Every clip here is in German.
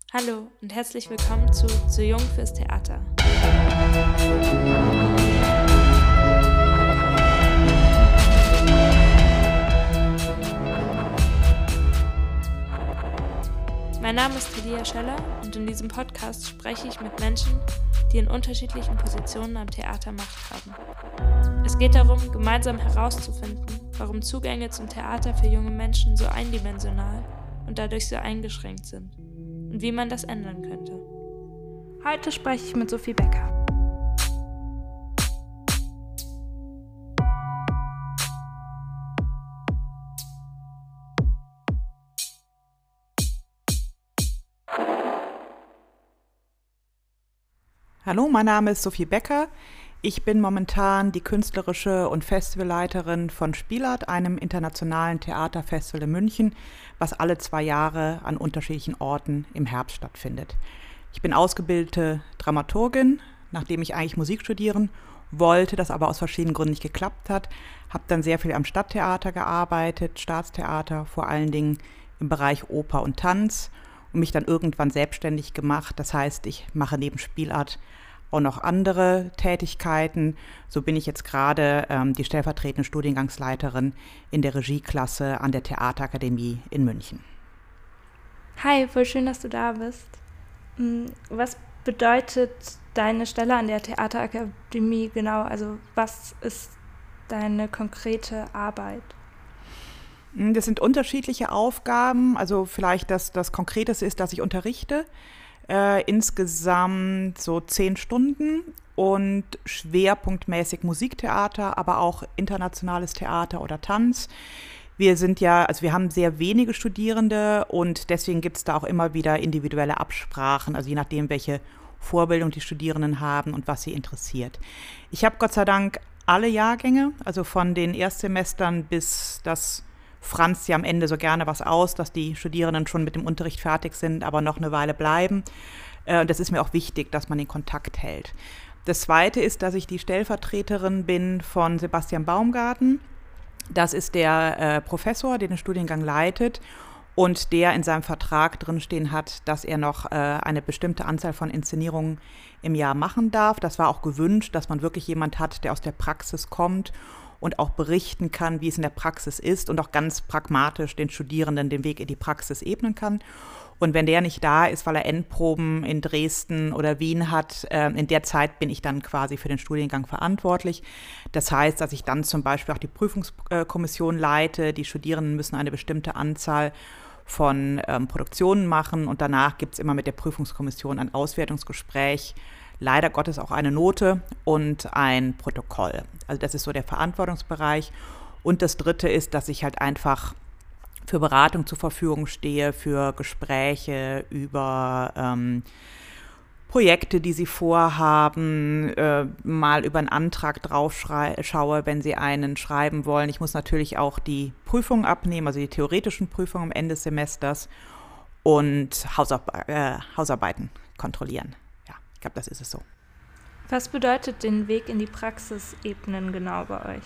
Hallo und herzlich willkommen zu Jung fürs Theater. Mein Name ist Talia Scheller und in diesem Podcast spreche ich mit Menschen, die in unterschiedlichen Positionen am Theater Macht haben. Es geht darum, gemeinsam herauszufinden, warum Zugänge zum Theater für junge Menschen so eindimensional und dadurch so eingeschränkt sind und wie man das ändern könnte. Heute spreche ich mit Sophie Becker. Hallo, mein Name ist Sophie Becker. Ich bin momentan die künstlerische und Festivalleiterin von Spielart, einem internationalen Theaterfestival in München, was alle 2 Jahre an unterschiedlichen Orten im Herbst stattfindet. Ich bin ausgebildete Dramaturgin, nachdem ich eigentlich Musik studieren wollte, das aber aus verschiedenen Gründen nicht geklappt hat. Habe dann sehr viel am Stadttheater gearbeitet, Staatstheater, vor allen Dingen im Bereich Oper und Tanz und mich dann irgendwann selbstständig gemacht. Das heißt, ich mache neben Spielart auch noch andere Tätigkeiten. So bin ich jetzt gerade die stellvertretende Studiengangsleiterin in der Regieklasse an der Theaterakademie in München. Hi, voll schön, dass du da bist. Was bedeutet deine Stelle an der Theaterakademie genau? Also was ist deine konkrete Arbeit? Das sind unterschiedliche Aufgaben. Also vielleicht das Konkreteste ist, dass ich unterrichte. Insgesamt so 10 Stunden und schwerpunktmäßig Musiktheater, aber auch internationales Theater oder Tanz. Wir haben sehr wenige Studierende und deswegen gibt es da auch immer wieder individuelle Absprachen, also je nachdem, welche Vorbildung die Studierenden haben und was sie interessiert. Ich habe Gott sei Dank alle Jahrgänge, also von den Erstsemestern bis das franzt ja am Ende so gerne was aus, dass die Studierenden schon mit dem Unterricht fertig sind, aber noch eine Weile bleiben. Und das ist mir auch wichtig, dass man den Kontakt hält. Das Zweite ist, dass ich die Stellvertreterin bin von Sebastian Baumgarten. Das ist der Professor, der den Studiengang leitet und der in seinem Vertrag drinstehen hat, dass er noch eine bestimmte Anzahl von Inszenierungen im Jahr machen darf. Das war auch gewünscht, dass man wirklich jemand hat, der aus der Praxis kommt und auch berichten kann, wie es in der Praxis ist und auch ganz pragmatisch den Studierenden den Weg in die Praxis ebnen kann. Und wenn der nicht da ist, weil er Endproben in Dresden oder Wien hat, in der Zeit bin ich dann quasi für den Studiengang verantwortlich. Das heißt, dass ich dann zum Beispiel auch die Prüfungskommission leite. Die Studierenden müssen eine bestimmte Anzahl von Produktionen machen und danach gibt es immer mit der Prüfungskommission ein Auswertungsgespräch, leider Gottes auch eine Note und ein Protokoll. Also das ist so der Verantwortungsbereich. Und das Dritte ist, dass ich halt einfach für Beratung zur Verfügung stehe, für Gespräche über Projekte, die sie vorhaben, mal über einen Antrag drauf schaue, wenn sie einen schreiben wollen. Ich muss natürlich auch die Prüfungen abnehmen, also die theoretischen Prüfungen am Ende des Semesters und Hausarbeiten kontrollieren. Ich glaube, das ist es so. Was bedeutet den Weg in die Praxis ebnen genau bei euch?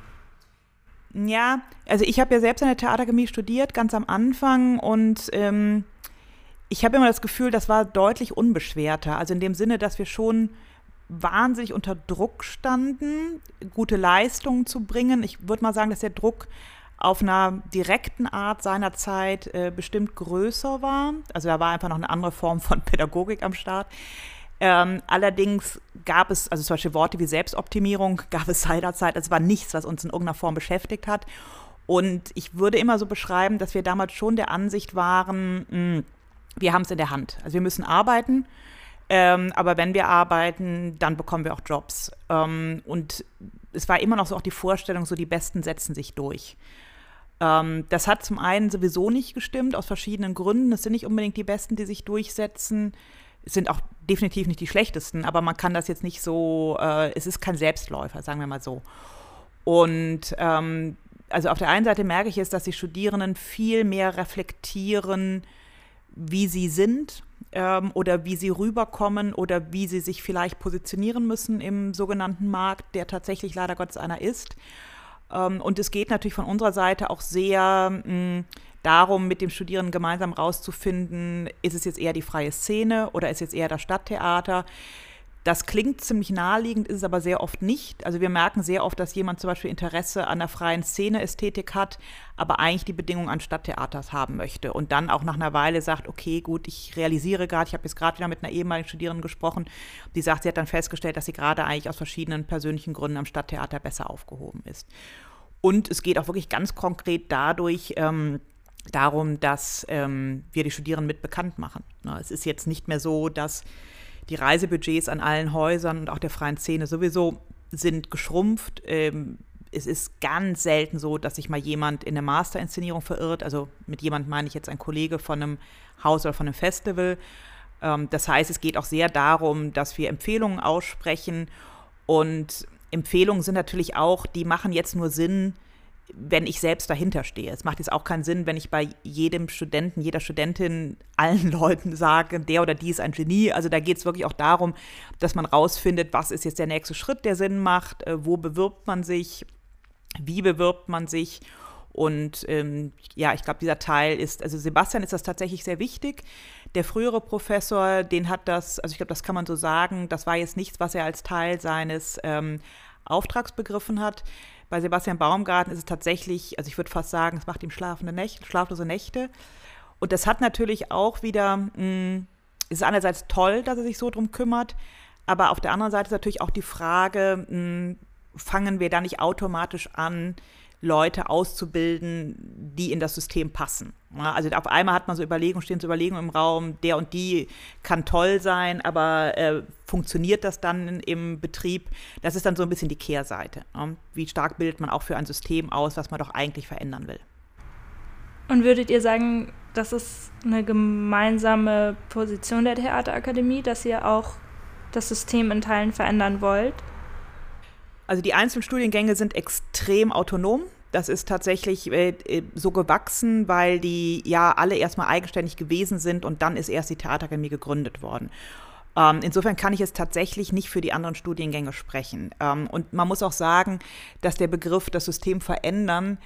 Ja, also ich habe ja selbst an der Theaterakademie studiert, ganz am Anfang und ich habe immer das Gefühl, das war deutlich unbeschwerter. Also in dem Sinne, dass wir schon wahnsinnig unter Druck standen, gute Leistungen zu bringen. Ich würde mal sagen, dass der Druck auf einer direkten Art seinerzeit bestimmt größer war. Also da war einfach noch eine andere Form von Pädagogik am Start. Allerdings gab es, also zum Beispiel Worte wie Selbstoptimierung gab es seinerzeit, es war nichts, was uns in irgendeiner Form beschäftigt hat. Und ich würde immer so beschreiben, dass wir damals schon der Ansicht waren, wir haben es in der Hand. Also wir müssen arbeiten, aber wenn wir arbeiten, dann bekommen wir auch Jobs. Und es war immer noch so auch die Vorstellung, so die Besten setzen sich durch. Das hat zum einen sowieso nicht gestimmt, aus verschiedenen Gründen. Es sind nicht unbedingt die Besten, die sich durchsetzen. Es sind auch definitiv nicht die schlechtesten, aber man kann das jetzt nicht so, es ist kein Selbstläufer, sagen wir mal so. Und also auf der einen Seite merke ich jetzt, dass die Studierenden viel mehr reflektieren, wie sie sind oder wie sie rüberkommen oder wie sie sich vielleicht positionieren müssen im sogenannten Markt, der tatsächlich leider Gottes einer ist. Und es geht natürlich von unserer Seite auch sehr darum, mit dem Studierenden gemeinsam rauszufinden, ist es jetzt eher die freie Szene oder ist es jetzt eher das Stadttheater? Das klingt ziemlich naheliegend, ist es aber sehr oft nicht. Also wir merken sehr oft, dass jemand zum Beispiel Interesse an der freien Szene-Ästhetik hat, aber eigentlich die Bedingungen an Stadttheaters haben möchte und dann auch nach einer Weile sagt, okay, gut, ich realisiere gerade, ich habe jetzt gerade wieder mit einer ehemaligen Studierenden gesprochen, die sagt, sie hat dann festgestellt, dass sie gerade eigentlich aus verschiedenen persönlichen Gründen am Stadttheater besser aufgehoben ist. Und es geht auch wirklich ganz konkret dadurch darum, dass wir die Studierenden mit bekannt machen. Es ist jetzt nicht mehr so, dass die Reisebudgets an allen Häusern und auch der freien Szene sowieso sind geschrumpft. Es ist ganz selten so, dass sich mal jemand in eine Masterinszenierung verirrt. Also mit jemand meine ich jetzt ein Kollege von einem Haus oder von einem Festival. Das heißt, es geht auch sehr darum, dass wir Empfehlungen aussprechen. Und Empfehlungen sind natürlich auch, die machen jetzt nur Sinn, wenn ich selbst dahinter stehe. Es macht jetzt auch keinen Sinn, wenn ich bei jedem Studenten, jeder Studentin, allen Leuten sage, der oder die ist ein Genie. Also da geht es wirklich auch darum, dass man rausfindet, was ist jetzt der nächste Schritt, der Sinn macht, wo bewirbt man sich, wie bewirbt man sich. Und ich glaube, dieser Teil ist, also Sebastian ist das tatsächlich sehr wichtig. Der frühere Professor, den hat das, also ich glaube, das kann man so sagen, das war jetzt nichts, was er als Teil seines Auftrags begriffen hat. Bei Sebastian Baumgarten ist es tatsächlich, also ich würde fast sagen, es macht ihm schlaflose Nächte. Und das hat natürlich auch wieder, ist einerseits toll, dass er sich so drum kümmert, aber auf der anderen Seite ist natürlich auch die Frage, fangen wir da nicht automatisch an, Leute auszubilden, die in das System passen. Ja, also auf einmal hat man stehen so Überlegungen im Raum, der und die kann toll sein, aber funktioniert das dann im Betrieb? Das ist dann so ein bisschen die Kehrseite. Ja? Wie stark bildet man auch für ein System aus, was man doch eigentlich verändern will? Und würdet ihr sagen, das ist eine gemeinsame Position der Theaterakademie, dass ihr auch das System in Teilen verändern wollt? Also die einzelnen Studiengänge sind extrem autonom. Das ist tatsächlich so gewachsen, weil die ja alle erstmal eigenständig gewesen sind und dann ist erst die Theaterakademie gegründet worden. Insofern kann ich jetzt tatsächlich nicht für die anderen Studiengänge sprechen. Und man muss auch sagen, dass der Begriff das System verändern,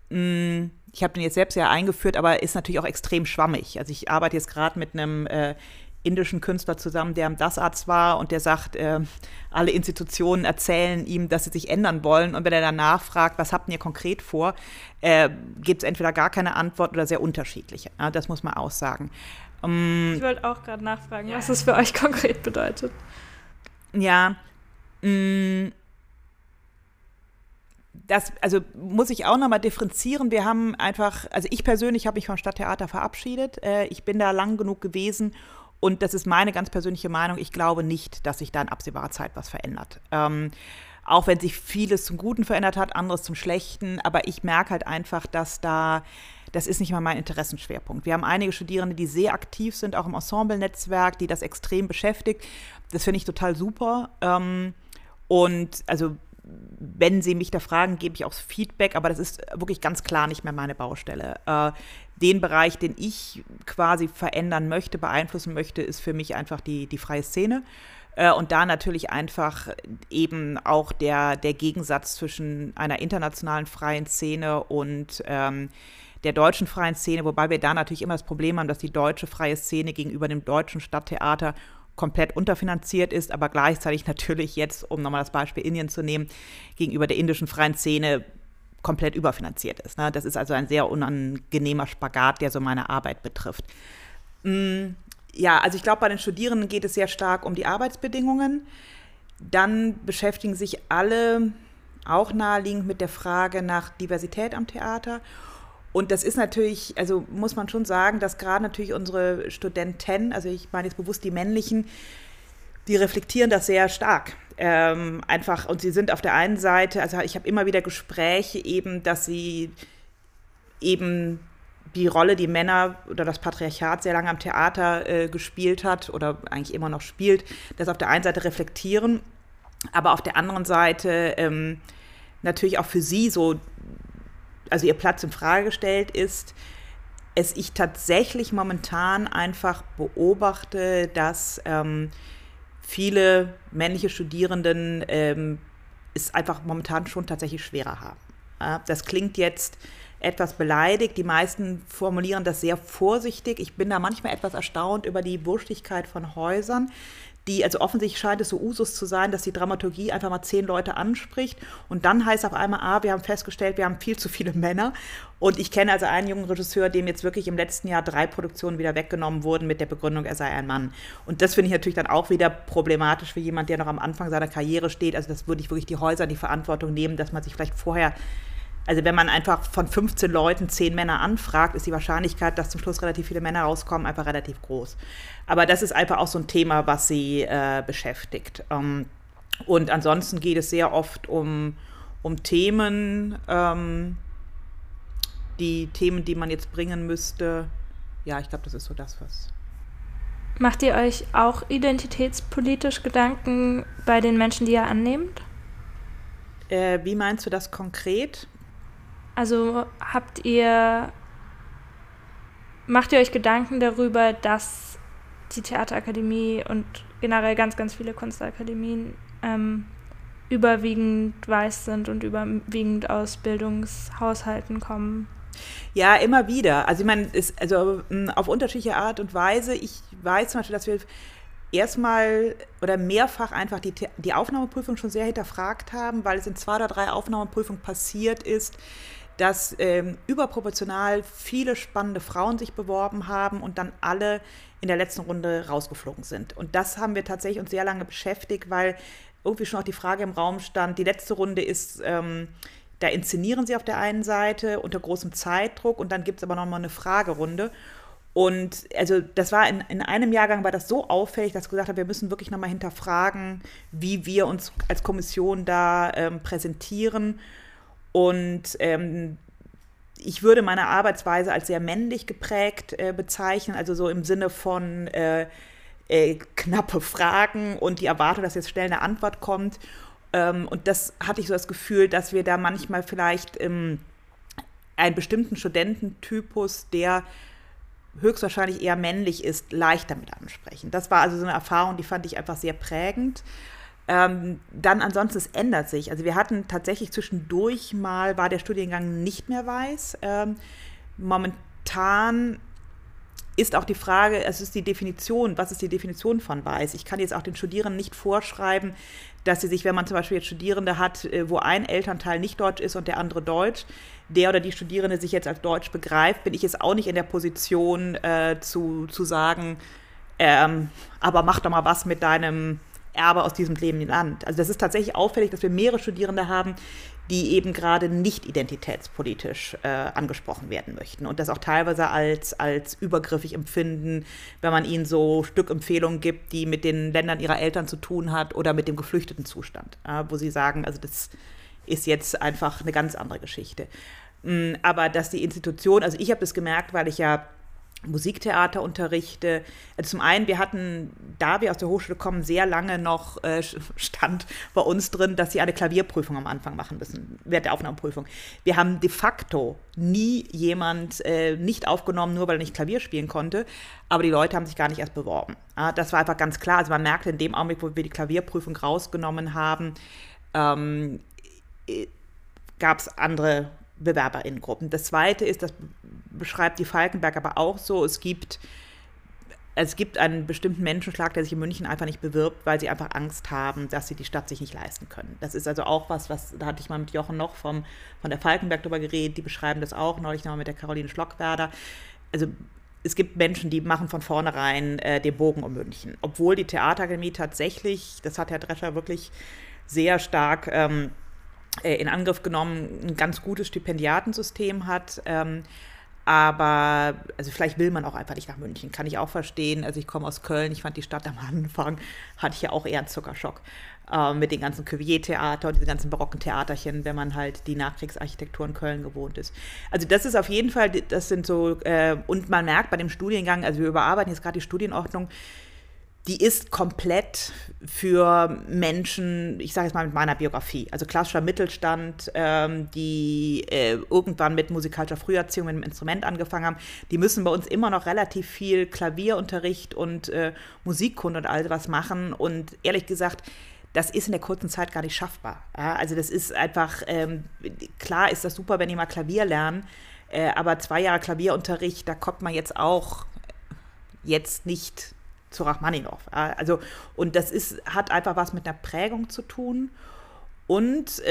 ich habe den jetzt selbst ja eingeführt, aber ist natürlich auch extrem schwammig. Also ich arbeite jetzt gerade mit einem indischen Künstler zusammen, der am DAS-Arzt war und der sagt, alle Institutionen erzählen ihm, dass sie sich ändern wollen und wenn er dann nachfragt, was habt ihr konkret vor, gibt es entweder gar keine Antwort oder sehr unterschiedliche. Ja, das muss man auch sagen. Ich wollte auch gerade nachfragen, was das für euch konkret bedeutet. Ja, das, also muss ich auch nochmal differenzieren. Wir haben einfach, also ich persönlich habe mich vom Stadttheater verabschiedet. Ich bin da lang genug gewesen und das ist meine ganz persönliche Meinung. Ich glaube nicht, dass sich da in absehbarer Zeit was verändert. Auch wenn sich vieles zum Guten verändert hat, anderes zum Schlechten. Aber ich merke halt einfach, dass das ist nicht mal mein Interessenschwerpunkt. Wir haben einige Studierende, die sehr aktiv sind, auch im Ensemble-Netzwerk, die das extrem beschäftigt. Das finde ich total super. Und also wenn Sie mich da fragen, gebe ich auch Feedback, aber das ist wirklich ganz klar nicht mehr meine Baustelle. Den Bereich, den ich quasi verändern möchte, beeinflussen möchte, ist für mich einfach die freie Szene. Und da natürlich einfach eben auch der Gegensatz zwischen einer internationalen freien Szene und der deutschen freien Szene, wobei wir da natürlich immer das Problem haben, dass die deutsche freie Szene gegenüber dem deutschen Stadttheater komplett unterfinanziert ist, aber gleichzeitig natürlich jetzt, um nochmal das Beispiel Indien zu nehmen, gegenüber der indischen freien Szene komplett überfinanziert ist. Ne? Das ist also ein sehr unangenehmer Spagat, der so meine Arbeit betrifft. Ja, also ich glaube, bei den Studierenden geht es sehr stark um die Arbeitsbedingungen. Dann beschäftigen sich alle auch naheliegend mit der Frage nach Diversität am Theater. Und das ist natürlich, also muss man schon sagen, dass gerade natürlich unsere Studenten, also ich meine jetzt bewusst die männlichen, die reflektieren das sehr stark. Einfach, und sie sind auf der einen Seite, also ich habe immer wieder Gespräche eben, dass sie eben die Rolle, die Männer oder das Patriarchat sehr lange am Theater gespielt hat oder eigentlich immer noch spielt, das auf der einen Seite reflektieren, aber auf der anderen Seite natürlich auch für sie so, also ihr Platz in Frage gestellt ist, ich tatsächlich momentan einfach beobachte, dass viele männliche Studierenden es einfach momentan schon tatsächlich schwerer haben. Das klingt jetzt etwas beleidigt. Die meisten formulieren das sehr vorsichtig. Ich bin da manchmal etwas erstaunt über die Wurstigkeit von Häusern. Also offensichtlich scheint es so Usus zu sein, dass die Dramaturgie einfach mal 10 Leute anspricht und dann heißt auf einmal, wir haben festgestellt, wir haben viel zu viele Männer. Und ich kenne also einen jungen Regisseur, dem jetzt wirklich im letzten Jahr 3 Produktionen wieder weggenommen wurden mit der Begründung, er sei ein Mann. Und das finde ich natürlich dann auch wieder problematisch für jemand, der noch am Anfang seiner Karriere steht. Also das würde ich wirklich die Häuser in die Verantwortung nehmen, dass man sich vielleicht vorher, also wenn man einfach von 15 Leuten 10 Männer anfragt, ist die Wahrscheinlichkeit, dass zum Schluss relativ viele Männer rauskommen, einfach relativ groß. Aber das ist einfach auch so ein Thema, was sie beschäftigt. Und ansonsten geht es sehr oft um Themen, die man jetzt bringen müsste. Ja, ich glaube, das ist so das, was... Macht ihr euch auch identitätspolitisch Gedanken bei den Menschen, die ihr annehmt? Wie meinst du das konkret? Also macht ihr euch Gedanken darüber, dass die Theaterakademie und generell ganz, ganz viele Kunstakademien überwiegend weiß sind und überwiegend aus Bildungshaushalten kommen? Ja, immer wieder. Also ich meine, auf unterschiedliche Art und Weise. Ich weiß zum Beispiel, dass wir erstmal oder mehrfach einfach die Aufnahmeprüfung schon sehr hinterfragt haben, weil es in 2 oder 3 Aufnahmeprüfungen passiert ist, dass überproportional viele spannende Frauen sich beworben haben und dann alle in der letzten Runde rausgeflogen sind. Und das haben wir tatsächlich uns sehr lange beschäftigt, weil irgendwie schon auch die Frage im Raum stand, die letzte Runde ist, da inszenieren sie auf der einen Seite unter großem Zeitdruck und dann gibt es aber nochmal eine Fragerunde. Und also das war in einem Jahrgang war das so auffällig, dass ich gesagt habe, wir müssen wirklich nochmal hinterfragen, wie wir uns als Kommission da präsentieren. Und ich würde meine Arbeitsweise als sehr männlich geprägt bezeichnen, also so im Sinne von knappe Fragen und die Erwartung, dass jetzt schnell eine Antwort kommt. Und das hatte ich so das Gefühl, dass wir da manchmal vielleicht einen bestimmten Studententypus, der höchstwahrscheinlich eher männlich ist, leichter mit ansprechen. Das war also so eine Erfahrung, die fand ich einfach sehr prägend. Dann ansonsten, es ändert sich. Also wir hatten tatsächlich zwischendurch mal, war der Studiengang nicht mehr weiß. Momentan ist auch die Frage, es ist die Definition, was ist die Definition von weiß? Ich kann jetzt auch den Studierenden nicht vorschreiben, dass sie sich, wenn man zum Beispiel jetzt Studierende hat, wo ein Elternteil nicht deutsch ist und der andere deutsch, der oder die Studierende sich jetzt als deutsch begreift, bin ich jetzt auch nicht in der Position zu sagen, aber mach doch mal was mit deinem Erbe aus diesem lebenden Land. Also das ist tatsächlich auffällig, dass wir mehrere Studierende haben, die eben gerade nicht identitätspolitisch angesprochen werden möchten und das auch teilweise als übergriffig empfinden, wenn man ihnen so Stückempfehlungen gibt, die mit den Ländern ihrer Eltern zu tun hat oder mit dem geflüchteten Zustand, wo sie sagen, also das ist jetzt einfach eine ganz andere Geschichte. Aber dass die Institution, also ich habe das gemerkt, weil ich ja Musiktheater unterrichte. Also zum einen, wir hatten, da wir aus der Hochschule kommen, sehr lange noch stand bei uns drin, dass sie eine Klavierprüfung am Anfang machen müssen, während der Aufnahmeprüfung. Wir haben de facto nie jemand nicht aufgenommen, nur weil er nicht Klavier spielen konnte, aber die Leute haben sich gar nicht erst beworben. Das war einfach ganz klar. Also man merkte in dem Augenblick, wo wir die Klavierprüfung rausgenommen haben, gab es andere BewerberInnengruppen. Das Zweite ist, das beschreibt die Falkenberg aber auch so, es gibt einen bestimmten Menschenschlag, der sich in München einfach nicht bewirbt, weil sie einfach Angst haben, dass sie die Stadt sich nicht leisten können. Das ist also auch was, da hatte ich mal mit Jochen noch von der Falkenberg drüber geredet, die beschreiben das auch, neulich nochmal mit der Caroline Schlockwerder. Also es gibt Menschen, die machen von vornherein den Bogen um München. Obwohl die Theaterakademie tatsächlich, das hat Herr Drescher wirklich sehr stark in Angriff genommen, ein ganz gutes Stipendiatensystem hat. Aber also vielleicht will man auch einfach nicht nach München, kann ich auch verstehen. Also ich komme aus Köln, ich fand die Stadt am Anfang, hatte ich ja auch eher einen Zuckerschock mit den ganzen Cuvier-Theater und diesen ganzen barocken Theaterchen, wenn man halt die Nachkriegsarchitektur in Köln gewohnt ist. Also das ist auf jeden Fall, das sind so, und man merkt bei dem Studiengang, also wir überarbeiten jetzt gerade die Studienordnung, die ist komplett für Menschen, ich sage jetzt mal mit meiner Biografie, also klassischer Mittelstand, die irgendwann mit musikalischer Früherziehung mit einem Instrument angefangen haben, die müssen bei uns immer noch relativ viel Klavierunterricht und Musikkunde und all was machen. Und ehrlich gesagt, das ist in der kurzen Zeit gar nicht schaffbar. Ja, also das ist einfach, klar ist das super, wenn die mal Klavier lernen, aber 2 Jahre Klavierunterricht, da kommt man jetzt auch jetzt nicht zu Rachmaninow. Ja, also, und das hat einfach was mit einer Prägung zu tun und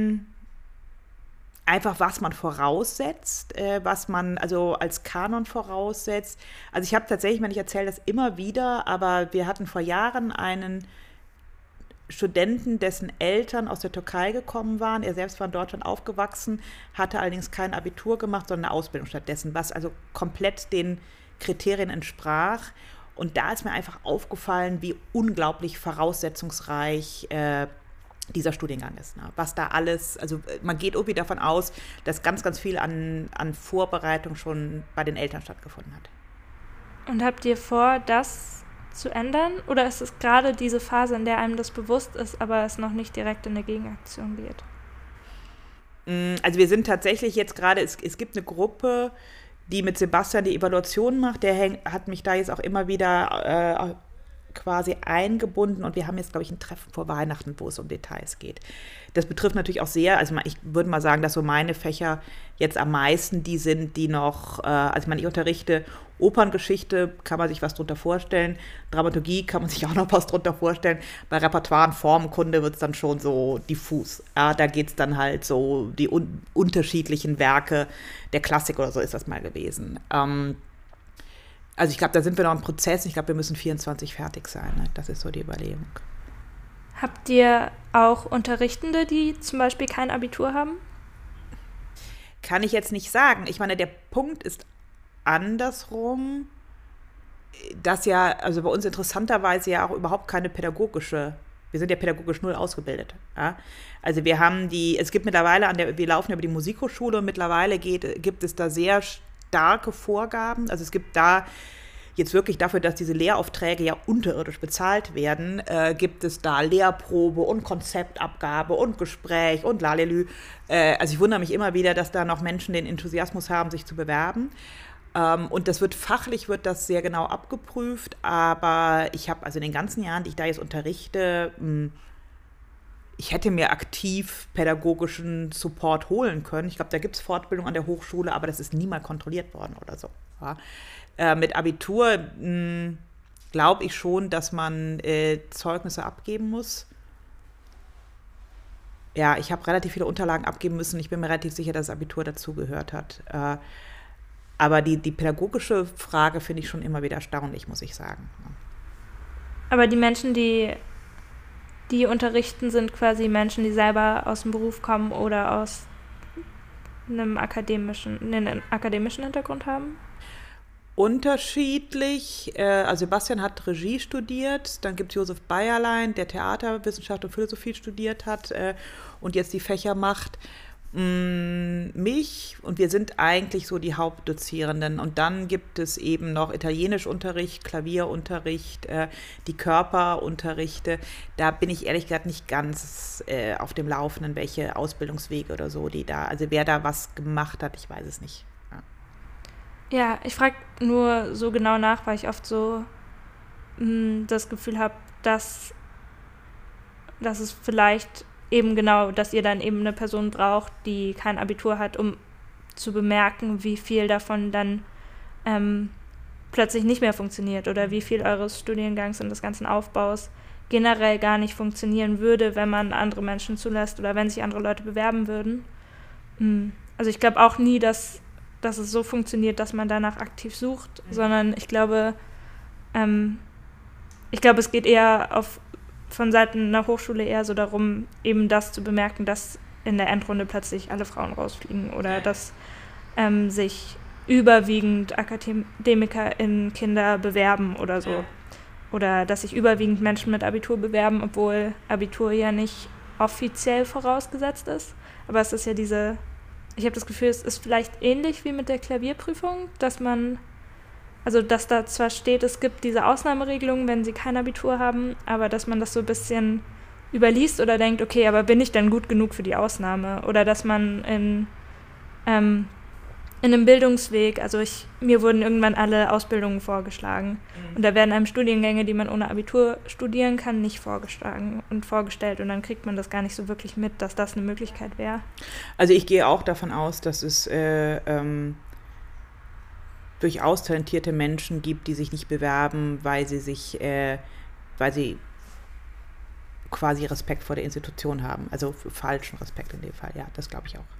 einfach, was man voraussetzt, was man also als Kanon voraussetzt. Also ich habe tatsächlich, ich erzähle das immer wieder, aber wir hatten vor Jahren einen Studenten, dessen Eltern aus der Türkei gekommen waren. Er selbst war in Deutschland aufgewachsen, hatte allerdings kein Abitur gemacht, sondern eine Ausbildung stattdessen, was also komplett den Kriterien entsprach. Und da ist mir einfach aufgefallen, wie unglaublich voraussetzungsreich dieser Studiengang ist. Ne? Was da alles, also man geht irgendwie davon aus, dass ganz, ganz viel an Vorbereitung schon bei den Eltern stattgefunden hat. Und habt ihr vor, das zu ändern? Oder ist es gerade diese Phase, in der einem das bewusst ist, aber es noch nicht direkt in eine Gegenaktion geht? Also wir sind tatsächlich jetzt gerade, es gibt eine Gruppe, die mit Sebastian die Evaluation macht. Der hat mich da jetzt auch immer wieder quasi eingebunden und wir haben jetzt, glaube ich, ein Treffen vor Weihnachten, wo es um Details geht. Das betrifft natürlich auch sehr, also ich würde mal sagen, dass so meine Fächer jetzt am meisten die sind, die noch, also ich unterrichte Operngeschichte, kann man sich was drunter vorstellen, Dramaturgie kann man sich auch noch was drunter vorstellen, bei Repertoire und Formenkunde wird es dann schon so diffus. Ja, da geht es dann halt so die unterschiedlichen Werke der Klassik oder so ist das mal gewesen. Also ich glaube, da sind wir noch im Prozess. Ich glaube, wir müssen 24 fertig sein. Ne? Das ist so die Überlegung. Habt ihr auch Unterrichtende, die zum Beispiel kein Abitur haben? Kann ich jetzt nicht sagen. Ich meine, der Punkt ist andersrum, dass ja, also bei uns interessanterweise ja auch überhaupt keine wir sind ja pädagogisch null ausgebildet. Ja? Also wir haben es gibt mittlerweile, wir laufen über die Musikhochschule und mittlerweile gibt es da sehr starke Vorgaben. Also es gibt da jetzt wirklich dafür, dass diese Lehraufträge ja unterirdisch bezahlt werden, gibt es da Lehrprobe und Konzeptabgabe und Gespräch und lalelü. Also ich wundere mich immer wieder, dass da noch Menschen den Enthusiasmus haben, sich zu bewerben. Und fachlich wird das sehr genau abgeprüft, aber ich habe also in den ganzen Jahren, die ich da jetzt unterrichte, ich hätte mir aktiv pädagogischen Support holen können. Ich glaube, da gibt es Fortbildung an der Hochschule, aber das ist nie mal kontrolliert worden oder so. Ja. Mit Abitur glaube ich schon, dass man Zeugnisse abgeben muss. Ja, ich habe relativ viele Unterlagen abgeben müssen. Ich bin mir relativ sicher, dass das Abitur dazugehört hat. Aber die pädagogische Frage finde ich schon immer wieder erstaunlich, muss ich sagen. Aber die Menschen, die unterrichten, sind quasi Menschen, die selber aus dem Beruf kommen oder aus einem akademischen Hintergrund haben? Unterschiedlich. Also Sebastian hat Regie studiert, dann gibt es Josef Bayerlein, der Theaterwissenschaft und Philosophie studiert hat und jetzt die Fächer macht. Mich und wir sind eigentlich so die Hauptdozierenden und dann gibt es eben noch Italienischunterricht, Klavierunterricht, die Körperunterrichte. Da bin ich ehrlich gesagt nicht ganz auf dem Laufenden, welche Ausbildungswege oder so, also wer da was gemacht hat, ich weiß es nicht. Ja, ich frage nur so genau nach, weil ich oft so das Gefühl habe, dass es vielleicht eben genau, dass ihr dann eben eine Person braucht, die kein Abitur hat, um zu bemerken, wie viel davon dann plötzlich nicht mehr funktioniert oder wie viel eures Studiengangs und des ganzen Aufbaus generell gar nicht funktionieren würde, wenn man andere Menschen zulässt oder wenn sich andere Leute bewerben würden. Also ich glaube auch nie, dass es so funktioniert, dass man danach aktiv sucht, sondern ich glaube, es geht eher von Seiten einer Hochschule eher so darum, eben das zu bemerken, dass in der Endrunde plötzlich alle Frauen rausfliegen oder dass sich überwiegend AkademikerInnen Kinder bewerben oder so. Oder dass sich überwiegend Menschen mit Abitur bewerben, obwohl Abitur ja nicht offiziell vorausgesetzt ist. Aber es ist ja ich habe das Gefühl, es ist vielleicht ähnlich wie mit der Klavierprüfung, dass da zwar steht, es gibt diese Ausnahmeregelungen, wenn sie kein Abitur haben, aber dass man das so ein bisschen überliest oder denkt, okay, aber bin ich dann gut genug für die Ausnahme? Oder dass man in einem Bildungsweg, also mir wurden irgendwann alle Ausbildungen vorgeschlagen. Und da werden einem Studiengänge, die man ohne Abitur studieren kann, nicht vorgeschlagen und vorgestellt. Und dann kriegt man das gar nicht so wirklich mit, dass das eine Möglichkeit wäre. Also ich gehe auch davon aus, dass es durchaus talentierte Menschen gibt, die sich nicht bewerben, weil sie quasi Respekt vor der Institution haben. Also falschen Respekt in dem Fall, ja, das glaube ich auch.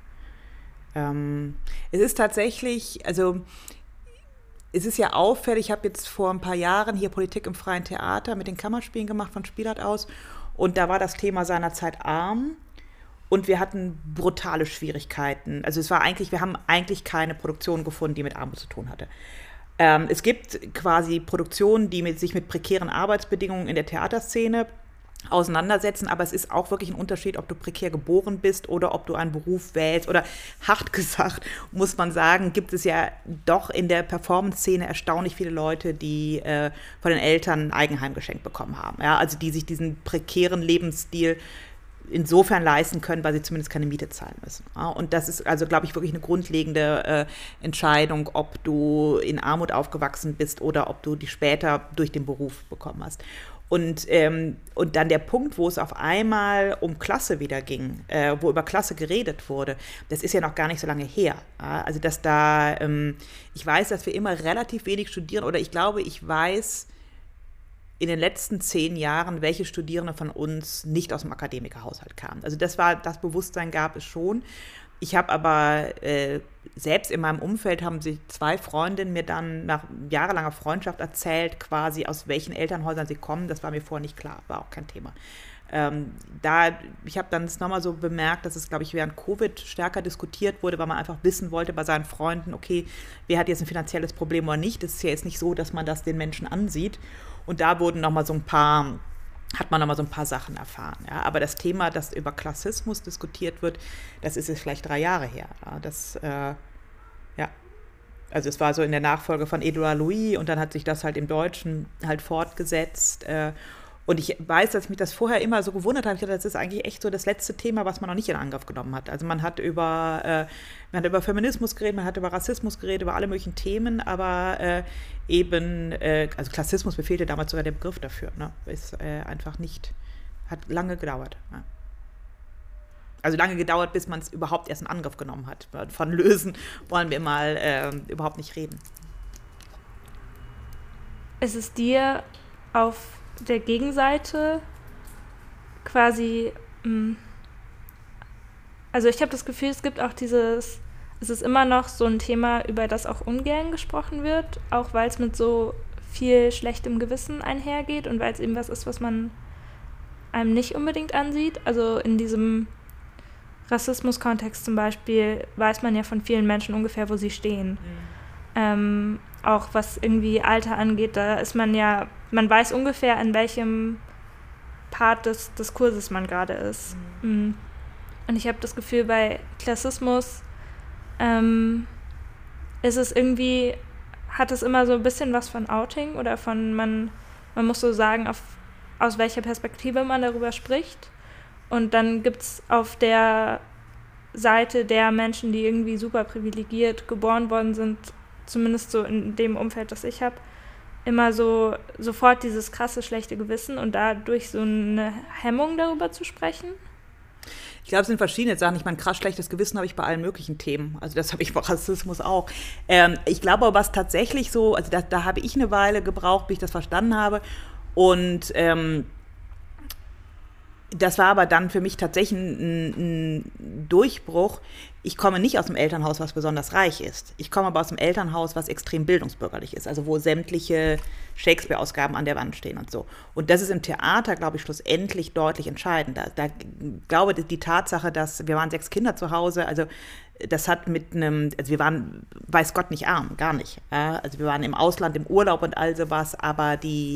Es ist tatsächlich, also es ist ja auffällig, ich habe jetzt vor ein paar Jahren hier Politik im freien Theater mit den Kammerspielen gemacht von Spielart aus und da war das Thema seinerzeit arm und wir hatten brutale Schwierigkeiten. Also wir haben eigentlich keine Produktion gefunden, die mit Armut zu tun hatte. Es gibt quasi Produktionen, die sich mit prekären Arbeitsbedingungen in der Theaterszene auseinandersetzen, aber es ist auch wirklich ein Unterschied, ob du prekär geboren bist oder ob du einen Beruf wählst oder hart gesagt, muss man sagen, gibt es ja doch in der Performance-Szene erstaunlich viele Leute, die von den Eltern ein Eigenheim geschenkt bekommen haben, ja? Also die sich diesen prekären Lebensstil insofern leisten können, weil sie zumindest keine Miete zahlen müssen. Ja? Und das ist also, glaube ich, wirklich eine grundlegende Entscheidung, ob du in Armut aufgewachsen bist oder ob du die später durch den Beruf bekommen hast. Und dann der Punkt, wo es auf einmal um Klasse wieder ging, wo über Klasse geredet wurde, das ist ja noch gar nicht so lange her. Ja? Also dass ich weiß, dass wir immer relativ wenig studieren oder ich glaube, ich weiß in den letzten 10 Jahren, welche Studierende von uns nicht aus dem Akademikerhaushalt kamen. Also das Bewusstsein gab es schon. Ich habe aber selbst in meinem Umfeld haben sich 2 Freundinnen mir dann nach jahrelanger Freundschaft erzählt, quasi aus welchen Elternhäusern sie kommen. Das war mir vorher nicht klar, war auch kein Thema. Ich habe dann nochmal so bemerkt, dass es, glaube ich, während Covid stärker diskutiert wurde, weil man einfach wissen wollte bei seinen Freunden, okay, wer hat jetzt ein finanzielles Problem oder nicht. Es ist ja jetzt nicht so, dass man das den Menschen ansieht. Und da wurden hat man nochmal so ein paar Sachen erfahren. Ja? Aber das Thema, das über Klassismus diskutiert wird, das ist jetzt vielleicht 3 Jahre her. Ja? Also es war so in der Nachfolge von Edouard Louis und dann hat sich das halt im Deutschen halt fortgesetzt. Und ich weiß, dass mich das vorher immer so gewundert hat. Ich dachte, das ist eigentlich echt so das letzte Thema, was man noch nicht in Angriff genommen hat. Also man hat über Feminismus geredet, man hat über Rassismus geredet, über alle möglichen Themen, aber also Klassismus befehlte damals sogar der Begriff dafür. Ne? Ist einfach nicht, hat lange gedauert. Ja. Also lange gedauert, bis man es überhaupt erst in Angriff genommen hat. Von Lösen wollen wir mal überhaupt nicht reden. Ist es dir auf der Gegenseite quasi, also ich habe das Gefühl, es gibt auch es ist immer noch so ein Thema, über das auch ungern gesprochen wird, auch weil es mit so viel schlechtem Gewissen einhergeht und weil es eben was ist, was man einem nicht unbedingt ansieht. Also in diesem Rassismus-Kontext zum Beispiel weiß man ja von vielen Menschen ungefähr, wo sie stehen. Mhm. Auch was irgendwie Alter angeht, da ist man weiß ungefähr, an welchem Part des Diskurses man gerade ist. Mhm. Und ich habe das Gefühl, bei Klassismus ist es irgendwie, hat es immer so ein bisschen was von Outing oder von, man muss so sagen, aus welcher Perspektive man darüber spricht. Und dann gibt es auf der Seite der Menschen, die irgendwie super privilegiert geboren worden sind, zumindest so in dem Umfeld, das ich habe, immer so sofort dieses krasse schlechte Gewissen und dadurch so eine Hemmung darüber zu sprechen. Ich glaube, es sind verschiedene Sachen. Ich meine, krass schlechtes Gewissen habe ich bei allen möglichen Themen. Also das habe ich bei Rassismus auch. Ich glaube aber, was tatsächlich so, also da habe ich eine Weile gebraucht, bis ich das verstanden habe. Und das war aber dann für mich tatsächlich ein Durchbruch. Ich komme nicht aus dem Elternhaus, was besonders reich ist. Ich komme aber aus dem Elternhaus, was extrem bildungsbürgerlich ist, also wo sämtliche Shakespeare-Ausgaben an der Wand stehen und so. Und das ist im Theater, glaube ich, schlussendlich deutlich entscheidend. Da glaube ich, die Tatsache, dass wir waren 6 Kinder zu Hause, also das hat also wir waren, weiß Gott, nicht arm, gar nicht. Also wir waren im Ausland, im Urlaub und all sowas, aber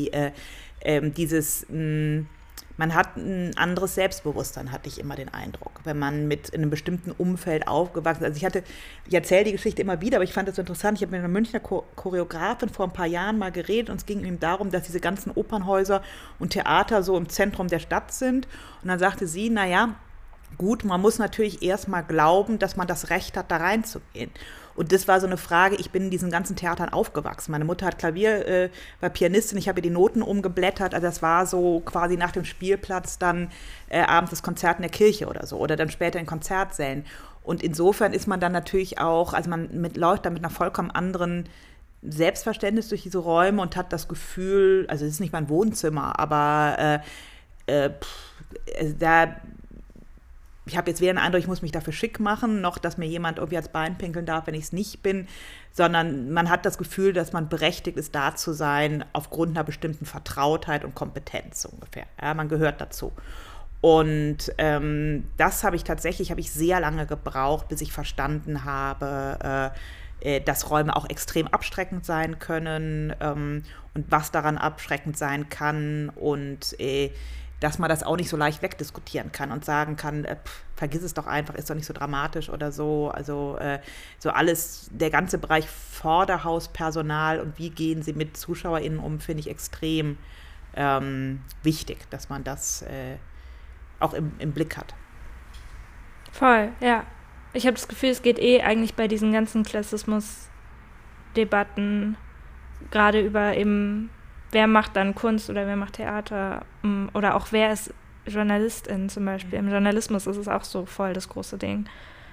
man hat ein anderes Selbstbewusstsein, hatte ich immer den Eindruck, wenn man in einem bestimmten Umfeld aufgewachsen ist. Also ich erzähle die Geschichte immer wieder, aber ich fand das so interessant. Ich habe mit einer Münchner Choreografin vor ein paar Jahren mal geredet und es ging ihm darum, dass diese ganzen Opernhäuser und Theater so im Zentrum der Stadt sind. Und dann sagte sie, naja, gut, man muss natürlich erst mal glauben, dass man das Recht hat, da reinzugehen. Und das war so eine Frage, ich bin in diesen ganzen Theatern aufgewachsen. Meine Mutter hat Klavier, war Pianistin, ich habe ihr die Noten umgeblättert. Also das war so quasi nach dem Spielplatz dann abends das Konzert in der Kirche oder so. Oder dann später in Konzertsälen. Und insofern ist man dann natürlich auch, also läuft da mit einer vollkommen anderen Selbstverständnis durch diese Räume und hat das Gefühl, also es ist nicht mein Wohnzimmer, aber ich habe jetzt weder den Eindruck, ich muss mich dafür schick machen, noch dass mir jemand irgendwie ans Bein pinkeln darf, wenn ich es nicht bin, sondern man hat das Gefühl, dass man berechtigt ist, da zu sein, aufgrund einer bestimmten Vertrautheit und Kompetenz ungefähr. Ja, man gehört dazu. Und das habe ich sehr lange gebraucht, bis ich verstanden habe, dass Räume auch extrem abschreckend sein können und was daran abschreckend sein kann und dass man das auch nicht so leicht wegdiskutieren kann und sagen kann, vergiss es doch einfach, ist doch nicht so dramatisch oder so. Also so alles, der ganze Bereich Vorderhauspersonal und wie gehen sie mit ZuschauerInnen um, finde ich extrem wichtig, dass man das auch im Blick hat. Voll, ja. Ich habe das Gefühl, es geht eigentlich bei diesen ganzen Klassismus-Debatten gerade über eben, wer macht dann Kunst oder wer macht Theater oder auch wer ist Journalistin zum Beispiel. Im Journalismus ist es auch so voll das große Ding.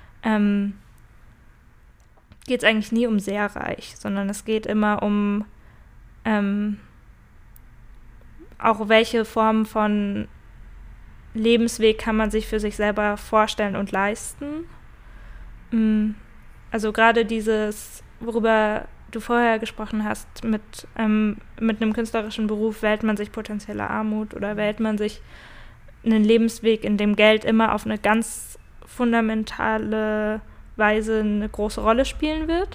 Geht es eigentlich nie um sehr reich, sondern es geht immer um auch welche Form von Lebensweg kann man sich für sich selber vorstellen und leisten. Also gerade dieses, worüber du vorher gesprochen hast, mit einem künstlerischen Beruf wählt man sich potenzielle Armut oder wählt man sich einen Lebensweg, in dem Geld immer auf eine ganz fundamentale Weise eine große Rolle spielen wird.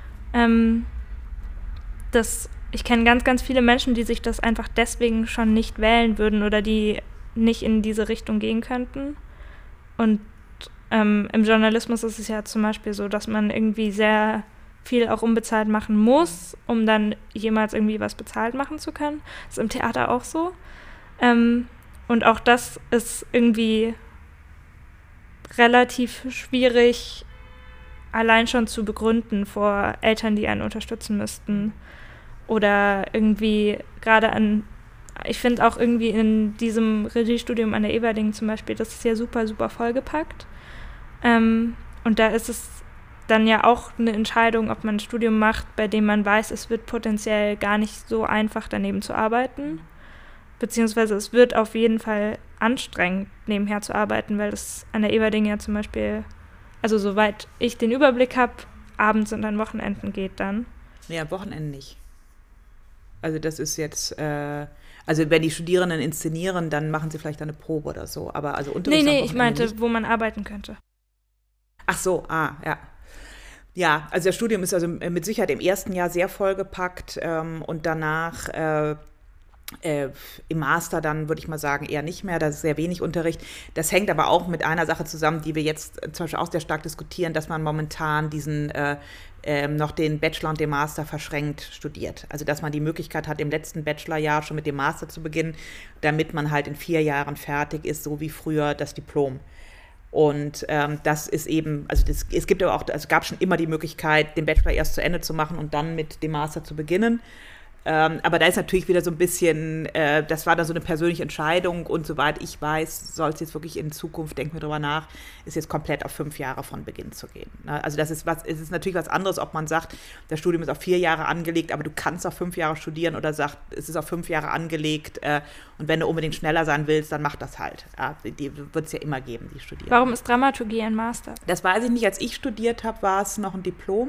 Ich kenne ganz, ganz viele Menschen, die sich das einfach deswegen schon nicht wählen würden oder die nicht in diese Richtung gehen könnten. Und im Journalismus ist es ja zum Beispiel so, dass man irgendwie sehr viel auch unbezahlt machen muss, um dann jemals irgendwie was bezahlt machen zu können. Das ist im Theater auch so. Und auch das ist irgendwie relativ schwierig, allein schon zu begründen vor Eltern, die einen unterstützen müssten. Oder irgendwie ich finde auch irgendwie in diesem Regiestudium an der Everding zum Beispiel, das ist ja super, super vollgepackt. Und da ist es dann ja auch eine Entscheidung, ob man ein Studium macht, bei dem man weiß, es wird potenziell gar nicht so einfach, daneben zu arbeiten. Beziehungsweise es wird auf jeden Fall anstrengend, nebenher zu arbeiten, weil das an der Everding ja zum Beispiel, also soweit ich den Überblick habe, abends und an Wochenenden geht dann. Nee, am Wochenende nicht. Also das ist jetzt, also wenn die Studierenden inszenieren, dann machen sie vielleicht eine Probe oder so. Aber also Unterricht Nee, ich meinte, nicht. Wo man arbeiten könnte. Ach so, ja. Ja, also das Studium ist also mit Sicherheit im ersten Jahr sehr vollgepackt und danach im Master dann, würde ich mal sagen, eher nicht mehr. Da ist sehr wenig Unterricht. Das hängt aber auch mit einer Sache zusammen, die wir jetzt zum Beispiel auch sehr stark diskutieren, dass man momentan noch den Bachelor und den Master verschränkt studiert. Also dass man die Möglichkeit hat, im letzten Bachelorjahr schon mit dem Master zu beginnen, damit man halt in 4 Jahren fertig ist, so wie früher das Diplom. Und das ist eben, also es gibt aber auch, also gab schon immer die Möglichkeit, den Bachelor erst zu Ende zu machen und dann mit dem Master zu beginnen. Aber da ist natürlich wieder so ein bisschen, das war dann so eine persönliche Entscheidung und soweit ich weiß, soll es jetzt wirklich in Zukunft, denken wir drüber nach, ist jetzt komplett auf 5 Jahre von Beginn zu gehen. Ne? Also es ist natürlich was anderes, ob man sagt, das Studium ist auf 4 Jahre angelegt, aber du kannst auf 5 Jahre studieren oder sagt, es ist auf 5 Jahre angelegt und wenn du unbedingt schneller sein willst, dann mach das halt. Ja, die wird es ja immer geben, die studieren. Warum ist Dramaturgie ein Master? Das weiß ich nicht. Als ich studiert habe, war es noch ein Diplom.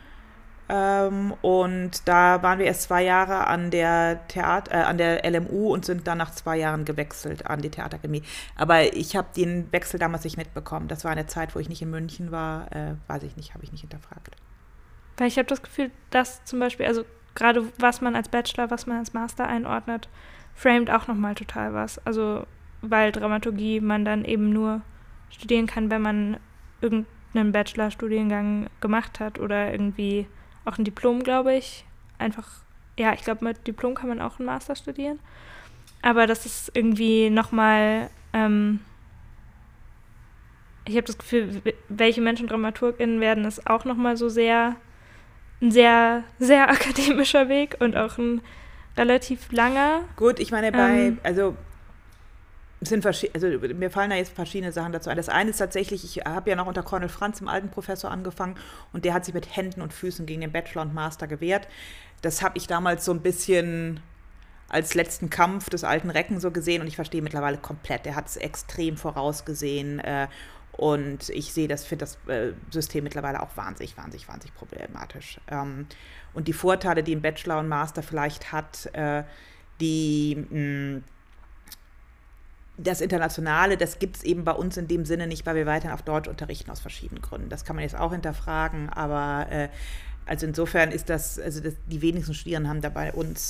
Und da waren wir erst 2 Jahre an der LMU und sind dann nach 2 Jahren gewechselt an die Theaterakademie. Aber ich habe den Wechsel damals nicht mitbekommen. Das war eine Zeit, wo ich nicht in München war. Weiß ich nicht, habe ich nicht hinterfragt. Weil ich habe das Gefühl, dass zum Beispiel, also gerade was man als Bachelor, was man als Master einordnet, framet auch nochmal total was. Also weil Dramaturgie man dann eben nur studieren kann, wenn man irgendeinen Bachelor-Studiengang gemacht hat oder irgendwie auch ein Diplom, glaube ich. Einfach, ja, ich glaube, mit Diplom kann man auch einen Master studieren. Aber das ist irgendwie nochmal ich habe das Gefühl, welche Menschen DramaturgInnen werden, ist auch nochmal so ein sehr, sehr akademischer Weg und auch ein relativ langer. Gut, ich meine, mir fallen da jetzt verschiedene Sachen dazu ein. Das eine ist tatsächlich, ich habe ja noch unter Cornel Franz, dem alten Professor, angefangen und der hat sich mit Händen und Füßen gegen den Bachelor und Master gewehrt. Das habe ich damals so ein bisschen als letzten Kampf des alten Recken so gesehen und ich verstehe mittlerweile komplett. Der hat es extrem vorausgesehen und ich finde das System mittlerweile auch wahnsinnig problematisch. Und die Vorteile, die ein Bachelor und Master vielleicht hat, das Internationale, das gibt es eben bei uns in dem Sinne nicht, weil wir weiterhin auf Deutsch unterrichten aus verschiedenen Gründen. Das kann man jetzt auch hinterfragen, aber also insofern ist die wenigsten Studierenden haben da bei uns,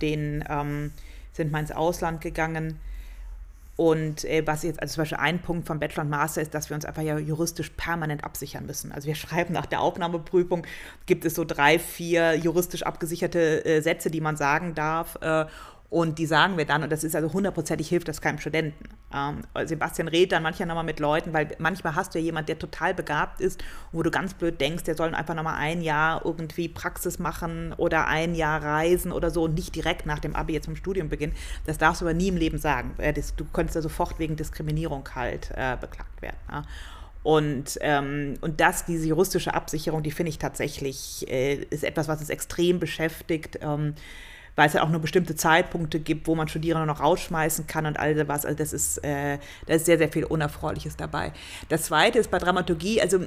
sind mal ins Ausland gegangen. Und was jetzt, also zum Beispiel ein Punkt vom Bachelor und Master ist, dass wir uns einfach ja juristisch permanent absichern müssen. Also wir schreiben nach der Aufnahmeprüfung, gibt es so 3, 4 juristisch abgesicherte Sätze, die man sagen darf. Und die sagen wir dann, und das ist also 100%ig hilft das keinem Studenten. Sebastian redet dann manchmal nochmal mit Leuten, weil manchmal hast du ja jemand, der total begabt ist, wo du ganz blöd denkst, der soll einfach nochmal ein Jahr irgendwie Praxis machen oder ein Jahr reisen oder so und nicht direkt nach dem Abi jetzt zum Studium beginnen. Das darfst du aber nie im Leben sagen. Du könntest ja sofort wegen Diskriminierung halt beklagt werden. Ja. Und diese juristische Absicherung, die finde ich tatsächlich, ist etwas, was uns extrem beschäftigt, weil es ja auch nur bestimmte Zeitpunkte gibt, wo man Studierende noch rausschmeißen kann und all sowas. Also da ist sehr, sehr viel Unerfreuliches dabei. Das Zweite ist bei Dramaturgie, also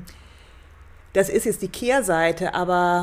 das ist jetzt die Kehrseite, aber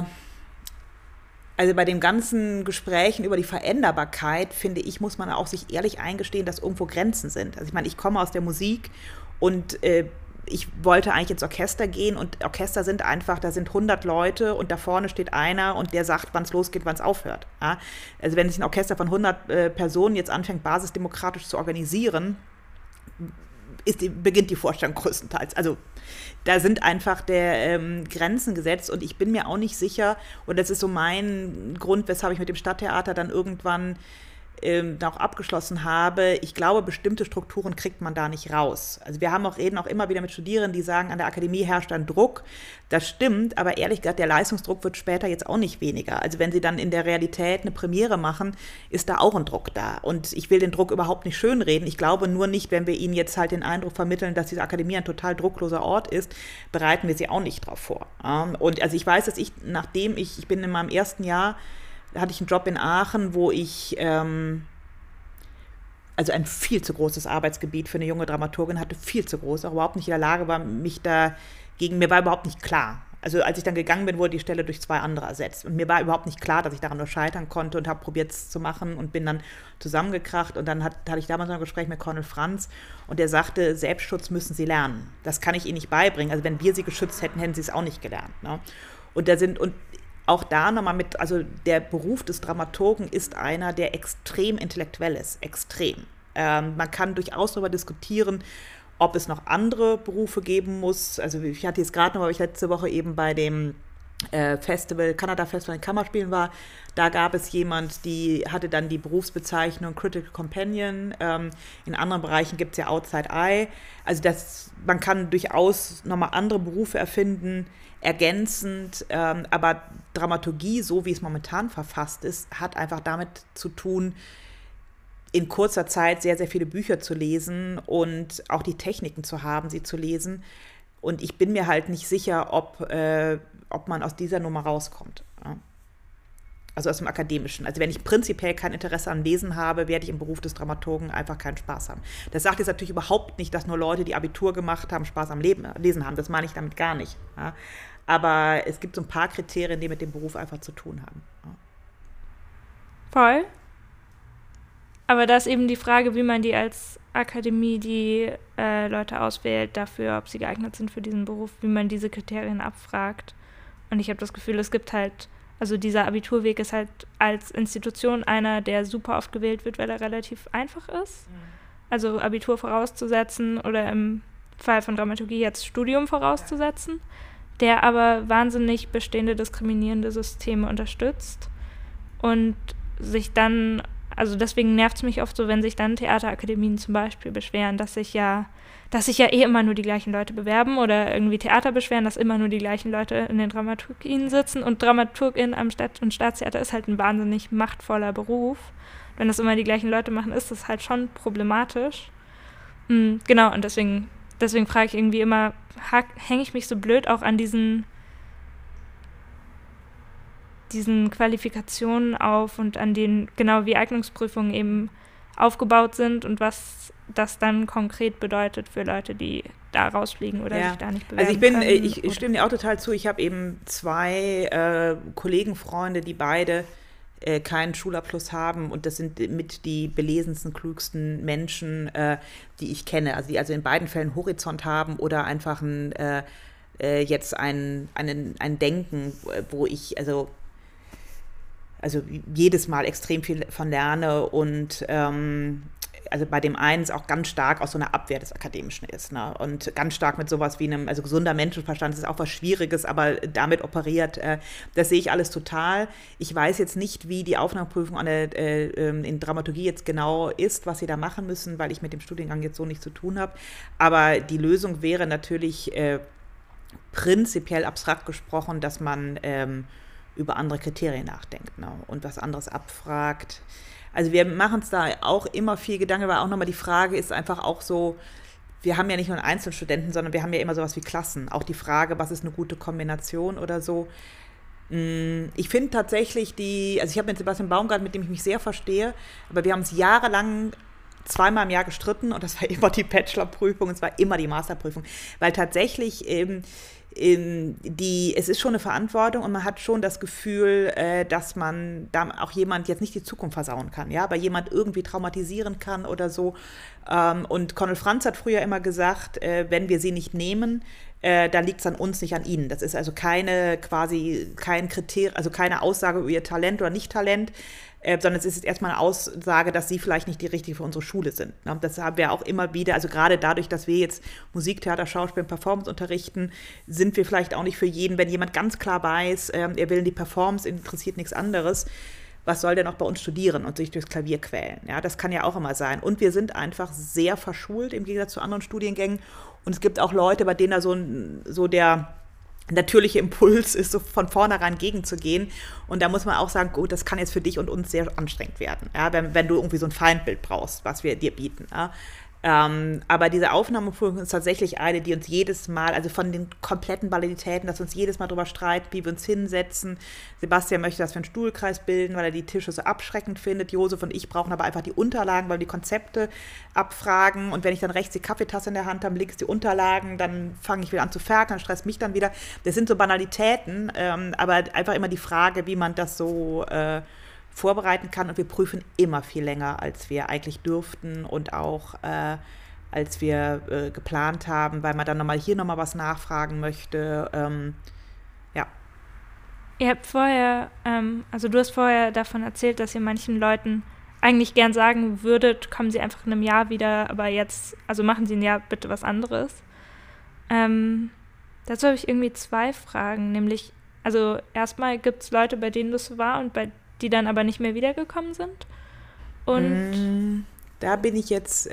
also bei den ganzen Gesprächen über die Veränderbarkeit, finde ich, muss man auch sich ehrlich eingestehen, dass irgendwo Grenzen sind. Also ich meine, ich komme aus der Musik und ich wollte eigentlich ins Orchester gehen und Orchester sind einfach, da sind 100 Leute und da vorne steht einer und der sagt, wann es losgeht, wann es aufhört. Ja? Also wenn sich ein Orchester von 100 Personen jetzt anfängt, basisdemokratisch zu organisieren, beginnt die Vorstellung größtenteils. Also da sind einfach Grenzen gesetzt und ich bin mir auch nicht sicher, und das ist so mein Grund, weshalb ich mit dem Stadttheater dann irgendwann auch abgeschlossen habe, ich glaube, bestimmte Strukturen kriegt man da nicht raus. Also wir reden auch immer wieder mit Studierenden, die sagen, an der Akademie herrscht ein Druck. Das stimmt, aber ehrlich gesagt, der Leistungsdruck wird später jetzt auch nicht weniger. Also wenn sie dann in der Realität eine Premiere machen, ist da auch ein Druck da. Und ich will den Druck überhaupt nicht schönreden. Ich glaube nur nicht, wenn wir ihnen jetzt halt den Eindruck vermitteln, dass diese Akademie ein total druckloser Ort ist, bereiten wir sie auch nicht drauf vor. Und also ich weiß, dass ich bin in meinem ersten Jahr, hatte ich einen Job in Aachen, wo ich also ein viel zu großes Arbeitsgebiet für eine junge Dramaturgin hatte, viel zu groß, auch überhaupt nicht in der Lage war, mir war überhaupt nicht klar. Also als ich dann gegangen bin, wurde die Stelle durch 2 andere ersetzt. Und mir war überhaupt nicht klar, dass ich daran nur scheitern konnte und habe probiert es zu machen und bin dann zusammengekracht. Und dann hatte ich damals noch ein Gespräch mit Cornel Franz und der sagte, Selbstschutz müssen Sie lernen. Das kann ich Ihnen nicht beibringen. Also wenn wir Sie geschützt hätten, hätten Sie es auch nicht gelernt. Ne? Und auch da nochmal also der Beruf des Dramaturgen ist einer, der extrem intellektuell ist, extrem. Man kann durchaus darüber diskutieren, ob es noch andere Berufe geben muss. Also ich hatte jetzt gerade noch, weil ich letzte Woche eben bei dem Kanada-Festival in Kammerspielen war, da gab es jemand, die hatte dann die Berufsbezeichnung Critical Companion. In anderen Bereichen gibt es ja Outside Eye. Also man kann durchaus nochmal andere Berufe erfinden, ergänzend, aber Dramaturgie, so wie es momentan verfasst ist, hat einfach damit zu tun, in kurzer Zeit sehr, sehr viele Bücher zu lesen und auch die Techniken zu haben, sie zu lesen. Und ich bin mir halt nicht sicher, ob man aus dieser Nummer rauskommt. Ja. Also aus dem Akademischen. Also wenn ich prinzipiell kein Interesse am Lesen habe, werde ich im Beruf des Dramaturgen einfach keinen Spaß haben. Das sagt jetzt natürlich überhaupt nicht, dass nur Leute, die Abitur gemacht haben, Spaß am Lesen haben. Das meine ich damit gar nicht. Ja. Aber es gibt so ein paar Kriterien, die mit dem Beruf einfach zu tun haben. Ja. Voll. Aber da ist eben die Frage, wie man die als Akademie die Leute auswählt dafür, ob sie geeignet sind für diesen Beruf, wie man diese Kriterien abfragt. Und ich habe das Gefühl, es gibt halt, also dieser Abiturweg ist halt als Institution einer, der super oft gewählt wird, weil er relativ einfach ist. Mhm. Also Abitur vorauszusetzen oder im Fall von Dramaturgie jetzt Studium vorauszusetzen, der aber wahnsinnig bestehende diskriminierende Systeme unterstützt und sich dann also deswegen nervt es mich oft so, wenn sich dann Theaterakademien zum Beispiel beschweren, dass sich ja eh immer nur die gleichen Leute bewerben oder irgendwie Theater beschweren, dass immer nur die gleichen Leute in den Dramaturgien sitzen und Dramaturgin am Stadt- und Staatstheater ist halt ein wahnsinnig machtvoller Beruf. Wenn das immer die gleichen Leute machen, ist das halt schon problematisch. Genau, und deswegen frage ich irgendwie immer, hänge ich mich so blöd auch an diesen Qualifikationen auf und an den, genau wie Eignungsprüfungen eben aufgebaut sind und was das dann konkret bedeutet für Leute, die da rausfliegen oder sich da nicht bewerben können. Also ich stimme dir auch total zu. Ich habe eben 2 Kollegenfreunde, die beide keinen Schulabschluss haben und das sind mit die belesensten, klügsten Menschen, die ich kenne. Also die also in beiden Fällen Horizont haben oder einfach jetzt ein Denken, wo ich also jedes Mal extrem viel von lerne und also bei dem einen ist auch ganz stark aus so einer Abwehr des Akademischen ist, ne? Und ganz stark mit sowas wie einem, also gesunder Menschenverstand, das ist auch was Schwieriges, aber damit operiert, das sehe ich alles total. Ich weiß jetzt nicht, wie die Aufnahmeprüfung in Dramaturgie jetzt genau ist, was sie da machen müssen, weil ich mit dem Studiengang jetzt so nichts zu tun habe, aber die Lösung wäre natürlich prinzipiell abstrakt gesprochen, dass man über andere Kriterien nachdenkt, ne? Und was anderes abfragt. Also wir machen es da auch immer viel Gedanken, weil auch nochmal die Frage ist einfach auch so, wir haben ja nicht nur einen Einzelstudenten, sondern wir haben ja immer sowas wie Klassen. Auch die Frage, was ist eine gute Kombination oder so. Ich finde tatsächlich also ich habe mit Sebastian Baumgart, mit dem ich mich sehr verstehe, aber wir haben es jahrelang 2-mal im Jahr gestritten und das war immer die Bachelorprüfung und es war immer die Masterprüfung, weil tatsächlich es ist schon eine Verantwortung und man hat schon das Gefühl, dass man da auch jemand jetzt nicht die Zukunft versauen kann, ja, aber jemand irgendwie traumatisieren kann oder so. Und Conal Franz hat früher immer gesagt, wenn wir sie nicht nehmen, dann liegt es an uns, nicht an ihnen. Das ist also kein Kriterium, also keine Aussage über ihr Talent oder Nicht-Talent, sondern es ist jetzt erstmal eine Aussage, dass sie vielleicht nicht die richtige für unsere Schule sind. Ne? Das haben wir auch immer wieder, also gerade dadurch, dass wir jetzt Musik, Theater, Schauspiel und Performance unterrichten, sind wir vielleicht auch nicht für jeden, wenn jemand ganz klar weiß, er will in die Performance, interessiert nichts anderes, was soll denn auch bei uns studieren und sich durchs Klavier quälen? Ja, das kann ja auch immer sein. Und wir sind einfach sehr verschult im Gegensatz zu anderen Studiengängen. Und es gibt auch Leute, bei denen da so der natürliche Impuls ist, so von vornherein gegenzugehen. Und da muss man auch sagen, gut, das kann jetzt für dich und uns sehr anstrengend werden, ja, wenn du irgendwie so ein Feindbild brauchst, was wir dir bieten. Ja. Aber diese Aufnahmeprüfung ist tatsächlich eine, die uns jedes Mal, also von den kompletten Banalitäten, dass wir uns jedes Mal darüber streiten, wie wir uns hinsetzen. Sebastian möchte, dass wir einen Stuhlkreis bilden, weil er die Tische so abschreckend findet. Josef und ich brauchen aber einfach die Unterlagen, weil wir die Konzepte abfragen. Und wenn ich dann rechts die Kaffeetasse in der Hand habe, links die Unterlagen, dann fange ich wieder an zu ferkeln, stresst mich dann wieder. Das sind so Banalitäten, aber einfach immer die Frage, wie man das so vorbereiten kann und wir prüfen immer viel länger, als wir eigentlich dürften und auch als wir geplant haben, weil man dann hier nochmal was nachfragen möchte. Ja. Ihr habt vorher, also du hast vorher davon erzählt, dass ihr manchen Leuten eigentlich gern sagen würdet, kommen sie einfach in einem Jahr wieder, aber jetzt, also machen sie ein Jahr bitte was anderes. Dazu habe ich irgendwie 2 Fragen, nämlich, also erstmal gibt es Leute, bei denen das so war und die dann aber nicht mehr wiedergekommen sind? Und da bin ich jetzt,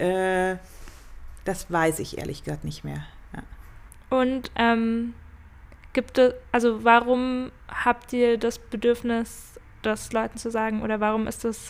das weiß ich ehrlich gesagt nicht mehr. Ja. Und gibt es, also warum habt ihr das Bedürfnis, das Leuten zu sagen, oder warum ist das?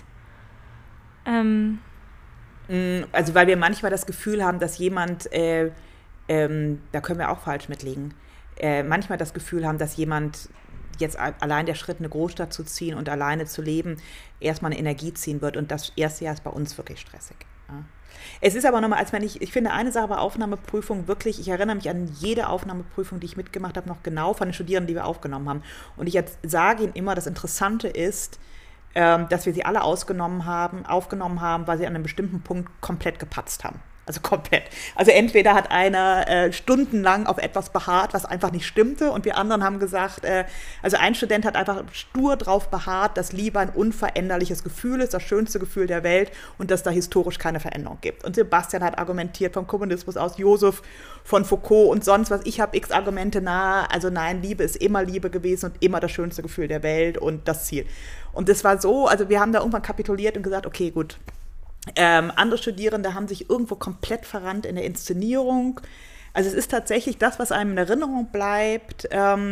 Also weil wir manchmal das Gefühl haben, dass jemand, da können wir auch falsch mitliegen, manchmal das Gefühl haben, dass jemand jetzt allein der Schritt, eine Großstadt zu ziehen und alleine zu leben, erstmal eine Energie ziehen wird. Und das erste Jahr ist bei uns wirklich stressig. Ja. Es ist aber nochmal, als wenn ich finde eine Sache bei Aufnahmeprüfung wirklich, ich erinnere mich an jede Aufnahmeprüfung, die ich mitgemacht habe, noch genau von den Studierenden, die wir aufgenommen haben. Und ich sage ihnen immer, das Interessante ist, dass wir sie alle aufgenommen haben, weil sie an einem bestimmten Punkt komplett gepatzt haben. Also komplett. Also entweder hat einer stundenlang auf etwas beharrt, was einfach nicht stimmte, und wir anderen haben gesagt, also ein Student hat einfach stur drauf beharrt, dass Liebe ein unveränderliches Gefühl ist, das schönste Gefühl der Welt, und dass da historisch keine Veränderung gibt. Und Sebastian hat argumentiert vom Kommunismus aus, Josef von Foucault und sonst was. Ich habe x Argumente nahe, also nein, Liebe ist immer Liebe gewesen und immer das schönste Gefühl der Welt und das Ziel. Und das war so, also wir haben da irgendwann kapituliert und gesagt, okay, gut. Andere Studierende haben sich irgendwo komplett verrannt in der Inszenierung. Also es ist tatsächlich das, was einem in Erinnerung bleibt.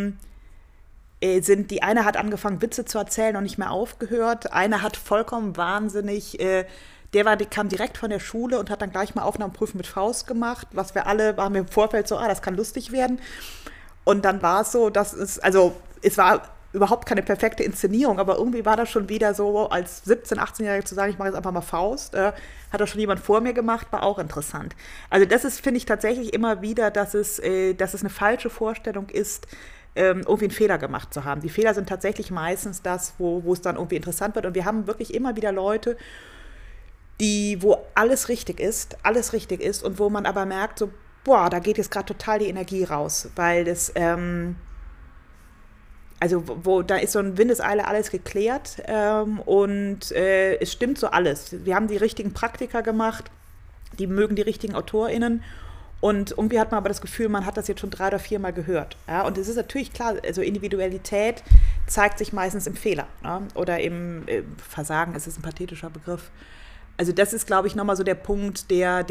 Die eine hat angefangen, Witze zu erzählen und nicht mehr aufgehört. Eine hat vollkommen wahnsinnig, die kam direkt von der Schule und hat dann gleich mal Aufnahmeprüfung mit Faust gemacht. Was wir alle, waren wir im Vorfeld so, das kann lustig werden. Und dann war es so, es war überhaupt keine perfekte Inszenierung, aber irgendwie war das schon wieder so, als 17-, 18-Jährige zu sagen, ich mache jetzt einfach mal Faust, hat das schon jemand vor mir gemacht, war auch interessant. Also das ist, finde ich tatsächlich immer wieder, dass es eine falsche Vorstellung ist, irgendwie einen Fehler gemacht zu haben. Die Fehler sind tatsächlich meistens das, wo es dann irgendwie interessant wird, und wir haben wirklich immer wieder Leute, wo alles richtig ist und wo man aber merkt, so, boah, da geht jetzt gerade total die Energie raus, weil das, da ist so ein Windeseile alles geklärt, und es stimmt so alles. Wir haben die richtigen Praktika gemacht, die mögen die richtigen AutorInnen, und irgendwie hat man aber das Gefühl, man hat das jetzt schon 3 oder 4 Mal gehört. Ja? Und es ist natürlich klar, also Individualität zeigt sich meistens im Fehler, ne? Oder im Versagen, ist es ein pathetischer Begriff. Also das ist, glaube ich, nochmal so der Punkt, der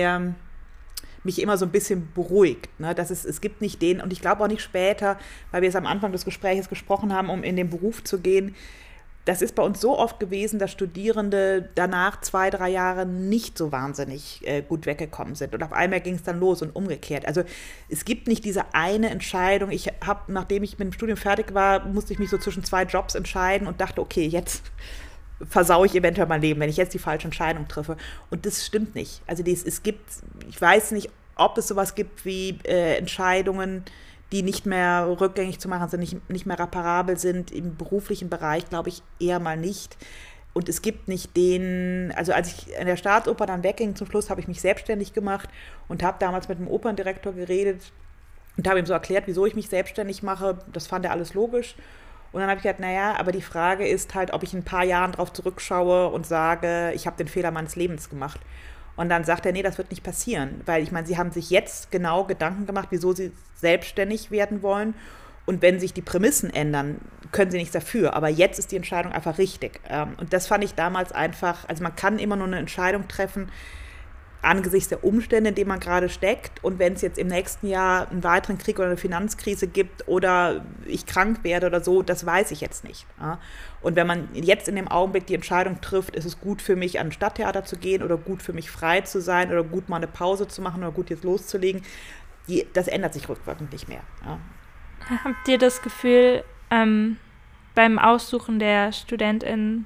mich immer so ein bisschen beruhigt, ne? Dass es gibt nicht den, und ich glaube auch nicht später, weil wir es am Anfang des Gesprächs gesprochen haben, um in den Beruf zu gehen. Das ist bei uns so oft gewesen, dass Studierende danach 2, 3 Jahre nicht so wahnsinnig gut weggekommen sind. Und auf einmal ging es dann los und umgekehrt. Also es gibt nicht diese eine Entscheidung. Ich habe, nachdem ich mit dem Studium fertig war, musste ich mich so zwischen 2 Jobs entscheiden und dachte, okay, jetzt versaue ich eventuell mein Leben, wenn ich jetzt die falsche Entscheidung treffe. Und das stimmt nicht. Also ich weiß nicht, ob es sowas gibt wie Entscheidungen, die nicht mehr rückgängig zu machen sind, nicht mehr reparabel sind. Im beruflichen Bereich glaube ich eher mal nicht. Und es gibt nicht also als ich in der Staatsoper dann wegging, zum Schluss habe ich mich selbstständig gemacht und habe damals mit dem Operndirektor geredet und habe ihm so erklärt, wieso ich mich selbstständig mache. Das fand er alles logisch. Und dann habe ich gesagt, naja, aber die Frage ist halt, ob ich in ein paar Jahren drauf zurückschaue und sage, ich habe den Fehler meines Lebens gemacht. Und dann sagt er, nee, das wird nicht passieren, weil ich meine, Sie haben sich jetzt genau Gedanken gemacht, wieso Sie selbstständig werden wollen. Und wenn sich die Prämissen ändern, können Sie nichts dafür. Aber jetzt ist die Entscheidung einfach richtig. Und das fand ich damals einfach, also man kann immer nur eine Entscheidung treffen, angesichts der Umstände, in denen man gerade steckt. Und wenn es jetzt im nächsten Jahr einen weiteren Krieg oder eine Finanzkrise gibt oder ich krank werde oder so, das weiß ich jetzt nicht. Ja? Und wenn man jetzt in dem Augenblick die Entscheidung trifft, ist es gut für mich, an ein Stadttheater zu gehen oder gut für mich frei zu sein oder gut mal eine Pause zu machen oder gut jetzt loszulegen, das ändert sich rückwirkend nicht mehr. Ja? Habt ihr das Gefühl, beim Aussuchen der StudentInnen,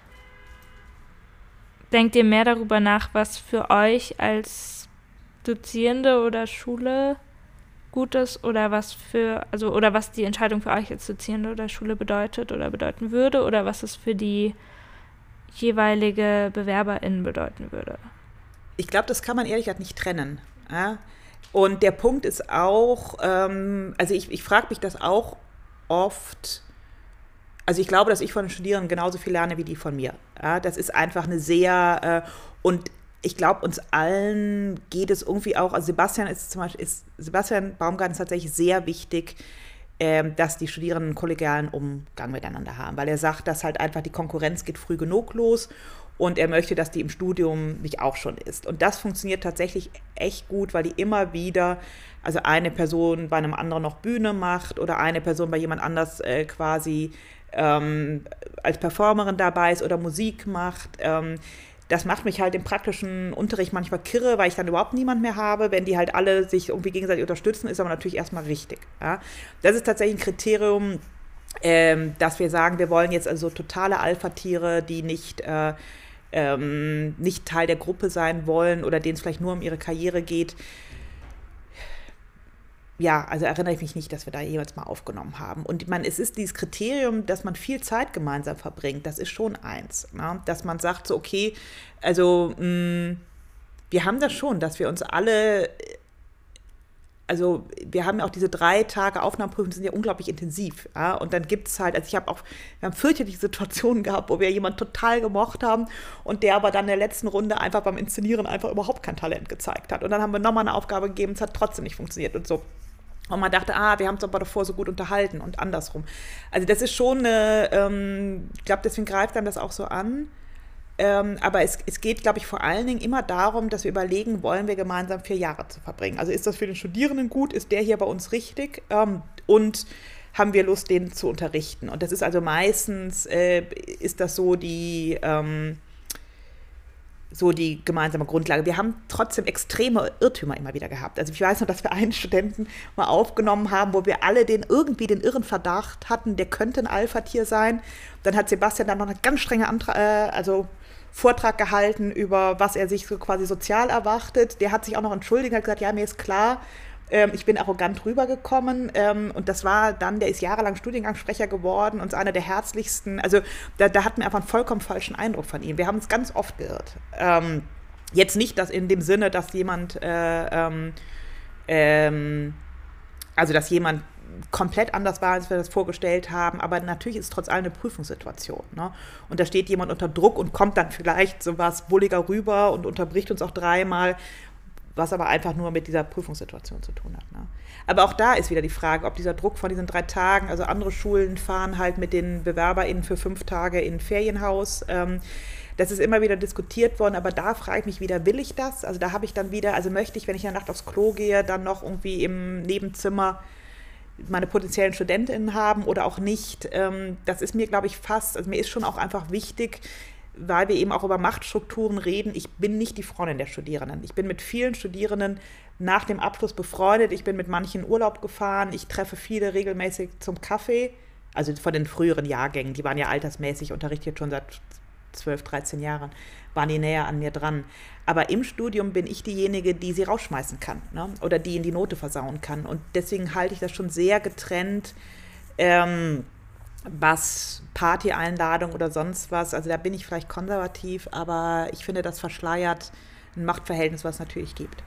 denkt ihr mehr darüber nach, was für euch als Dozierende oder Schule gut ist oder was die Entscheidung für euch als Dozierende oder Schule bedeutet oder bedeuten würde oder was es für die jeweilige BewerberInnen bedeuten würde? Ich glaube, das kann man ehrlich gesagt nicht trennen. Ja? Und der Punkt ist auch, also ich frage mich das auch oft. Also ich glaube, dass ich von den Studierenden genauso viel lerne wie die von mir. Ja, das ist einfach eine sehr, und ich glaube, uns allen geht es irgendwie auch, also Sebastian Baumgarten ist tatsächlich sehr wichtig, dass die Studierenden einen kollegialen Umgang miteinander haben, weil er sagt, dass halt einfach die Konkurrenz geht früh genug los und er möchte, dass die im Studium nicht auch schon ist. Und das funktioniert tatsächlich echt gut, weil die immer wieder, also eine Person bei einem anderen noch Bühne macht oder eine Person bei jemand anders quasi als Performerin dabei ist oder Musik macht. Das macht mich halt im praktischen Unterricht manchmal kirre, weil ich dann überhaupt niemand mehr habe. Wenn die halt alle sich irgendwie gegenseitig unterstützen, ist aber natürlich erstmal richtig. Ja? Das ist tatsächlich ein Kriterium, dass wir sagen, wir wollen jetzt also totale Alpha-Tiere, die nicht Teil der Gruppe sein wollen oder denen es vielleicht nur um ihre Karriere geht. Ja, also erinnere ich mich nicht, dass wir da jemals mal aufgenommen haben. Und ich meine, es ist dieses Kriterium, dass man viel Zeit gemeinsam verbringt, das ist schon eins. Ne? Dass man sagt so, okay, also wir haben das schon, dass wir uns alle, also wir haben ja auch diese 3 Tage Aufnahmeprüfungen, die sind ja unglaublich intensiv. Ja? Und dann gibt es halt, also wir haben fürchterliche Situationen gehabt, wo wir jemanden total gemocht haben und der aber dann in der letzten Runde einfach beim Inszenieren einfach überhaupt kein Talent gezeigt hat. Und dann haben wir nochmal eine Aufgabe gegeben, es hat trotzdem nicht funktioniert und so. Und man dachte, wir haben uns aber davor so gut unterhalten und andersrum. Also das ist schon ich glaube, deswegen greift einem das auch so an. Aber es geht, glaube ich, vor allen Dingen immer darum, dass wir überlegen, wollen wir gemeinsam 4 Jahre zu verbringen. Also ist das für den Studierenden gut? Ist der hier bei uns richtig? Und haben wir Lust, den zu unterrichten? Und das ist also meistens, ist das so die gemeinsame Grundlage. Wir haben trotzdem extreme Irrtümer immer wieder gehabt. Also ich weiß noch, dass wir einen Studenten mal aufgenommen haben, wo wir alle irgendwie den irren Verdacht hatten, der könnte ein Alpha-Tier sein. Dann hat Sebastian dann noch eine ganz strenge Vortrag gehalten über, was er sich so quasi sozial erwartet. Der hat sich auch noch entschuldigt, hat gesagt, ja, mir ist klar, ich bin arrogant rübergekommen und das war dann, der ist jahrelang Studiengangssprecher geworden und ist einer der herzlichsten, also da hatten wir einfach einen vollkommen falschen Eindruck von ihm. Wir haben uns ganz oft geirrt. Jetzt nicht dass in dem Sinne, dass jemand dass jemand komplett anders war, als wir das vorgestellt haben, aber natürlich ist es trotz allem eine Prüfungssituation. Ne? Und da steht jemand unter Druck und kommt dann vielleicht so was bulliger rüber und unterbricht uns auch 3-mal, was aber einfach nur mit dieser Prüfungssituation zu tun hat. Ne? Aber auch da ist wieder die Frage, ob dieser Druck von diesen 3 Tagen, also andere Schulen fahren halt mit den BewerberInnen für 5 Tage in ein Ferienhaus. Das ist immer wieder diskutiert worden, aber da frage ich mich wieder, will ich das? Also da habe ich dann wieder, also möchte ich, wenn ich in der Nacht aufs Klo gehe, dann noch irgendwie im Nebenzimmer meine potenziellen StudentInnen haben oder auch nicht. Das ist mir, glaube ich, also mir ist schon auch einfach wichtig, weil wir eben auch über Machtstrukturen reden. Ich bin nicht die Freundin der Studierenden. Ich bin mit vielen Studierenden nach dem Abschluss befreundet. Ich bin mit manchen in Urlaub gefahren. Ich treffe viele regelmäßig zum Kaffee. Also von den früheren Jahrgängen, die waren ja altersmäßig, unterrichtet schon seit 12, 13 Jahren, waren die näher an mir dran. Aber im Studium bin ich diejenige, die sie rausschmeißen kann, ne? Oder die in die Note versauen kann. Und deswegen halte ich das schon sehr getrennt, was Party-Einladung oder sonst was, also da bin ich vielleicht konservativ, aber ich finde, das verschleiert ein Machtverhältnis, was es natürlich gibt.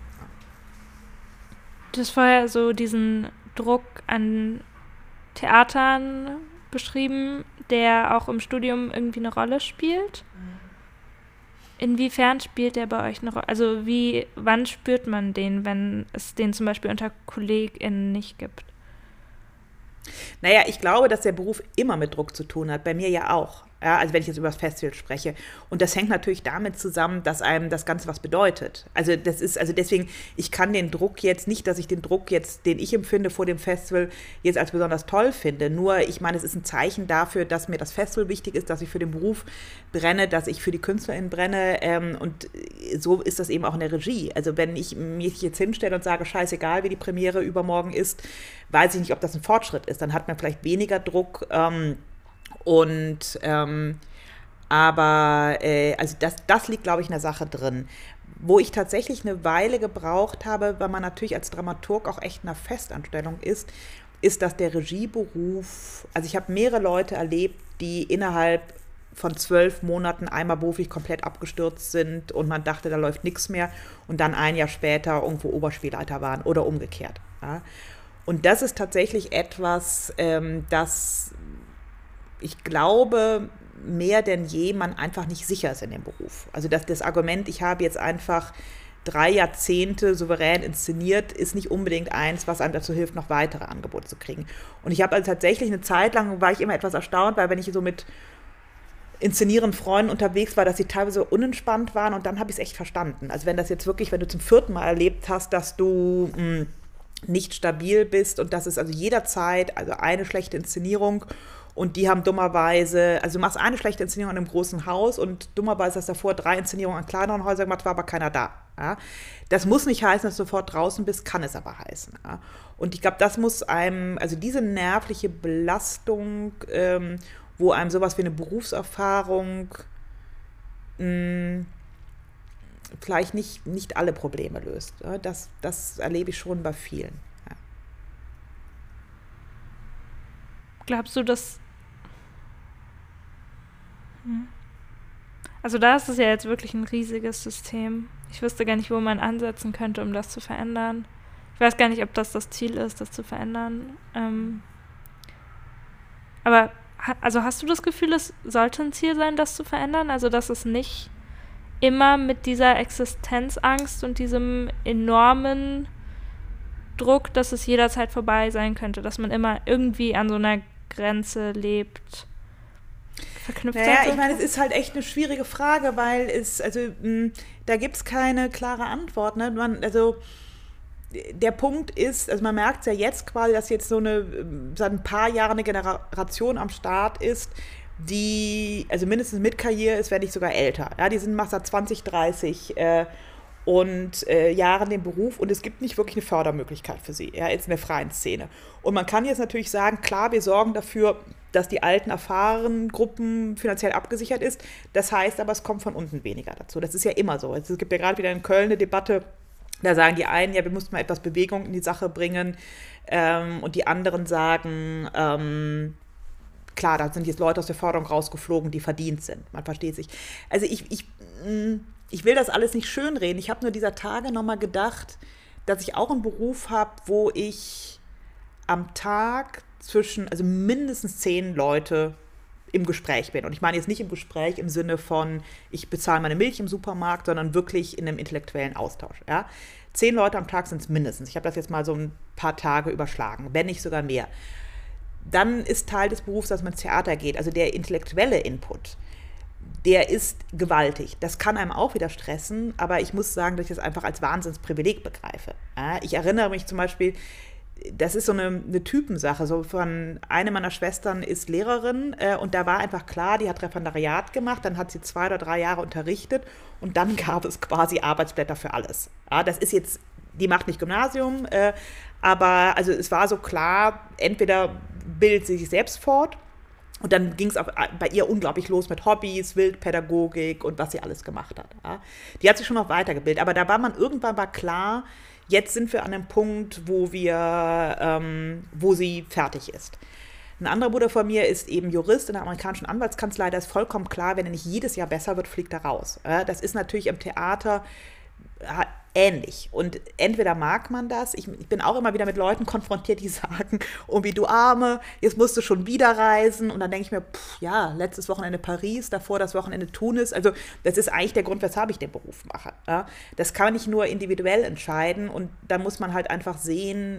Du hast vorher so diesen Druck an Theatern beschrieben, der auch im Studium irgendwie eine Rolle spielt. Inwiefern spielt der bei euch eine Rolle? Also wann spürt man den, wenn es den zum Beispiel unter KollegInnen nicht gibt? Naja, ich glaube, dass der Beruf immer mit Druck zu tun hat, bei mir ja auch. Ja, also wenn ich jetzt über das Festival spreche. Und das hängt natürlich damit zusammen, dass einem das Ganze was bedeutet. Also deswegen, ich kann den Druck jetzt nicht, dass ich den Druck jetzt, den ich empfinde vor dem Festival, jetzt als besonders toll finde. Nur, ich meine, es ist ein Zeichen dafür, dass mir das Festival wichtig ist, dass ich für den Beruf brenne, dass ich für die KünstlerInnen brenne. Und so ist das eben auch in der Regie. Also wenn ich mich jetzt hinstelle und sage, scheißegal, wie die Premiere übermorgen ist, weiß ich nicht, ob das ein Fortschritt ist. Dann hat man vielleicht weniger Druck. Also das liegt, glaube ich, in der Sache drin. Wo ich tatsächlich eine Weile gebraucht habe, weil man natürlich als Dramaturg auch echt in einer Festanstellung ist, dass der Regieberuf, also ich habe mehrere Leute erlebt, die innerhalb von 12 Monaten einmal beruflich komplett abgestürzt sind und man dachte, da läuft nichts mehr und dann ein Jahr später irgendwo Oberspielleiter waren oder umgekehrt. Ja. Und das ist tatsächlich etwas, das ich glaube, mehr denn je man einfach nicht sicher ist in dem Beruf. Also das Argument, ich habe jetzt einfach 3 Jahrzehnte souverän inszeniert, ist nicht unbedingt eins, was einem dazu hilft, noch weitere Angebote zu kriegen. Und ich habe also tatsächlich eine Zeit lang, war ich immer etwas erstaunt, weil wenn ich so mit inszenierenden Freunden unterwegs war, dass sie teilweise unentspannt waren und dann habe ich es echt verstanden. Also wenn das jetzt wirklich, wenn du zum 4. Mal erlebt hast, dass du nicht stabil bist und das ist also jederzeit, also eine schlechte Inszenierung und die haben dummerweise, also du machst eine schlechte Inszenierung in einem großen Haus und dummerweise hast du davor 3 Inszenierungen an kleineren Häusern gemacht, war aber keiner da. Ja? Das muss nicht heißen, dass du sofort draußen bist, kann es aber heißen. Ja? Und ich glaube, das muss einem, also diese nervliche Belastung, wo einem sowas wie eine Berufserfahrung vielleicht nicht alle Probleme löst. Ja? Das erlebe ich schon bei vielen. Ja. Glaubst du, dass... Also da ist es ja jetzt wirklich ein riesiges System. Ich wüsste gar nicht, wo man ansetzen könnte, um das zu verändern. Ich weiß gar nicht, ob das Ziel ist, das zu verändern. Aber hast du das Gefühl, es sollte ein Ziel sein, das zu verändern? Also, dass es nicht immer mit dieser Existenzangst und diesem enormen Druck, dass es jederzeit vorbei sein könnte, dass man immer irgendwie an so einer Grenze lebt, verknüpft sein sollte? Ich meine, es ist halt echt eine schwierige Frage, weil da gibt es keine klare Antwort. Ne? Der Punkt ist, also man merkt es ja jetzt quasi, dass jetzt seit ein paar Jahren eine Generation am Start ist, die, also mindestens mit Karriere ist, wenn nicht sogar älter. Ja, die sind seit 20, 30 Jahren im Beruf und es gibt nicht wirklich eine Fördermöglichkeit für sie, ja, jetzt in der freien Szene. Und man kann jetzt natürlich sagen, klar, wir sorgen dafür, dass die alten, erfahrenen Gruppen finanziell abgesichert ist. Das heißt aber, es kommt von unten weniger dazu. Das ist ja immer so. Es gibt ja gerade wieder in Köln eine Debatte, da sagen die einen, ja, wir mussten mal etwas Bewegung in die Sache bringen und die anderen sagen, klar, da sind jetzt Leute aus der Förderung rausgeflogen, die verdient sind. Man versteht sich. Also ich will das alles nicht schönreden. Ich habe nur dieser Tage nochmal gedacht, dass ich auch einen Beruf habe, wo ich am Tag also mindestens 10 Leute im Gespräch bin. Und ich meine jetzt nicht im Gespräch im Sinne von, ich bezahle meine Milch im Supermarkt, sondern wirklich in einem intellektuellen Austausch. Ja? 10 Leute am Tag sind es mindestens. Ich habe das jetzt mal so ein paar Tage überschlagen, wenn nicht sogar mehr. Dann ist Teil des Berufs, dass man ins Theater geht, also der intellektuelle Input, der ist gewaltig. Das kann einem auch wieder stressen, aber ich muss sagen, dass ich das einfach als Wahnsinnsprivileg begreife. Ja, ich erinnere mich zum Beispiel, das ist so eine Typensache, so von einer meiner Schwestern ist Lehrerin und da war einfach klar, die hat Referendariat gemacht, dann hat sie 2 oder 3 Jahre unterrichtet und dann gab es quasi Arbeitsblätter für alles. Ja, das ist jetzt, die macht nicht Gymnasium, aber also es war so klar, entweder bildet sie sich selbst fort und dann ging es bei ihr unglaublich los mit Hobbys, Wildpädagogik und was sie alles gemacht hat. Ja. Die hat sich schon noch weitergebildet, aber da irgendwann war klar, jetzt sind wir an einem Punkt, wo sie fertig ist. Ein anderer Bruder von mir ist eben Jurist in der amerikanischen Anwaltskanzlei, da ist vollkommen klar, wenn er nicht jedes Jahr besser wird, fliegt er raus. Ja, das ist natürlich im Theater ähnlich. Und entweder mag man das, ich bin auch immer wieder mit Leuten konfrontiert, die sagen, oh wie du Arme, jetzt musst du schon wieder reisen. Und dann denke ich mir, letztes Wochenende Paris, davor das Wochenende Tunis. Also das ist eigentlich der Grund, weshalb ich den Beruf mache. Ja? Das kann man nicht nur individuell entscheiden und da muss man halt einfach sehen,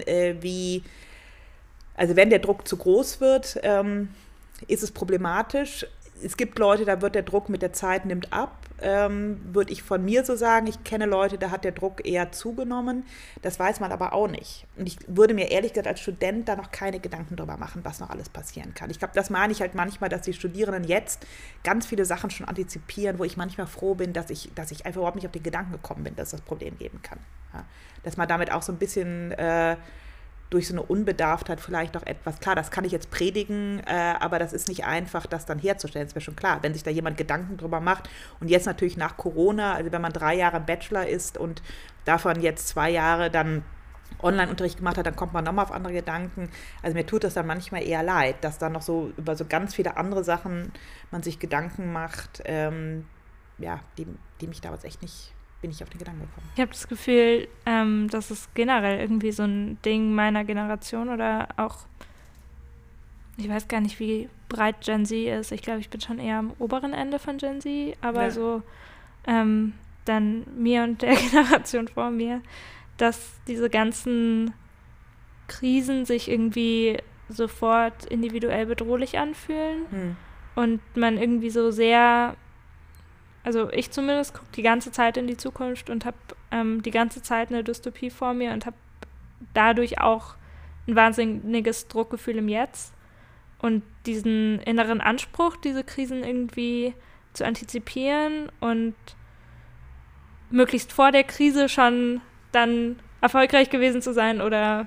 also wenn der Druck zu groß wird, ist es problematisch. Es gibt Leute, da wird der Druck mit der Zeit nimmt ab, würde ich von mir so sagen. Ich kenne Leute, da hat der Druck eher zugenommen. Das weiß man aber auch nicht. Und ich würde mir ehrlich gesagt als Student da noch keine Gedanken drüber machen, was noch alles passieren kann. Ich glaube, das meine ich halt manchmal, dass die Studierenden jetzt ganz viele Sachen schon antizipieren, wo ich manchmal froh bin, dass ich einfach überhaupt nicht auf den Gedanken gekommen bin, dass es das Problem geben kann. Ja? Dass man damit auch so ein bisschen durch so eine Unbedarftheit vielleicht auch etwas, klar, das kann ich jetzt predigen, aber das ist nicht einfach, das dann herzustellen, das wäre schon klar, wenn sich da jemand Gedanken drüber macht und jetzt natürlich nach Corona, also wenn man 3 Jahre im Bachelor ist und davon jetzt 2 Jahre dann Online-Unterricht gemacht hat, dann kommt man nochmal auf andere Gedanken, also mir tut das dann manchmal eher leid, dass dann noch so über so ganz viele andere Sachen man sich Gedanken macht, die mich damals echt nicht bin ich auf den Gedanken gekommen. Ich habe das Gefühl, dass es generell irgendwie so ein Ding meiner Generation oder auch, ich weiß gar nicht, wie breit Gen Z ist. Ich glaube, ich bin schon eher am oberen Ende von Gen Z, aber so dann mir und der Generation vor mir, dass diese ganzen Krisen sich irgendwie sofort individuell bedrohlich anfühlen und man irgendwie so sehr, also ich zumindest gucke die ganze Zeit in die Zukunft und habe die ganze Zeit eine Dystopie vor mir und habe dadurch auch ein wahnsinniges Druckgefühl im Jetzt und diesen inneren Anspruch, diese Krisen irgendwie zu antizipieren und möglichst vor der Krise schon dann erfolgreich gewesen zu sein oder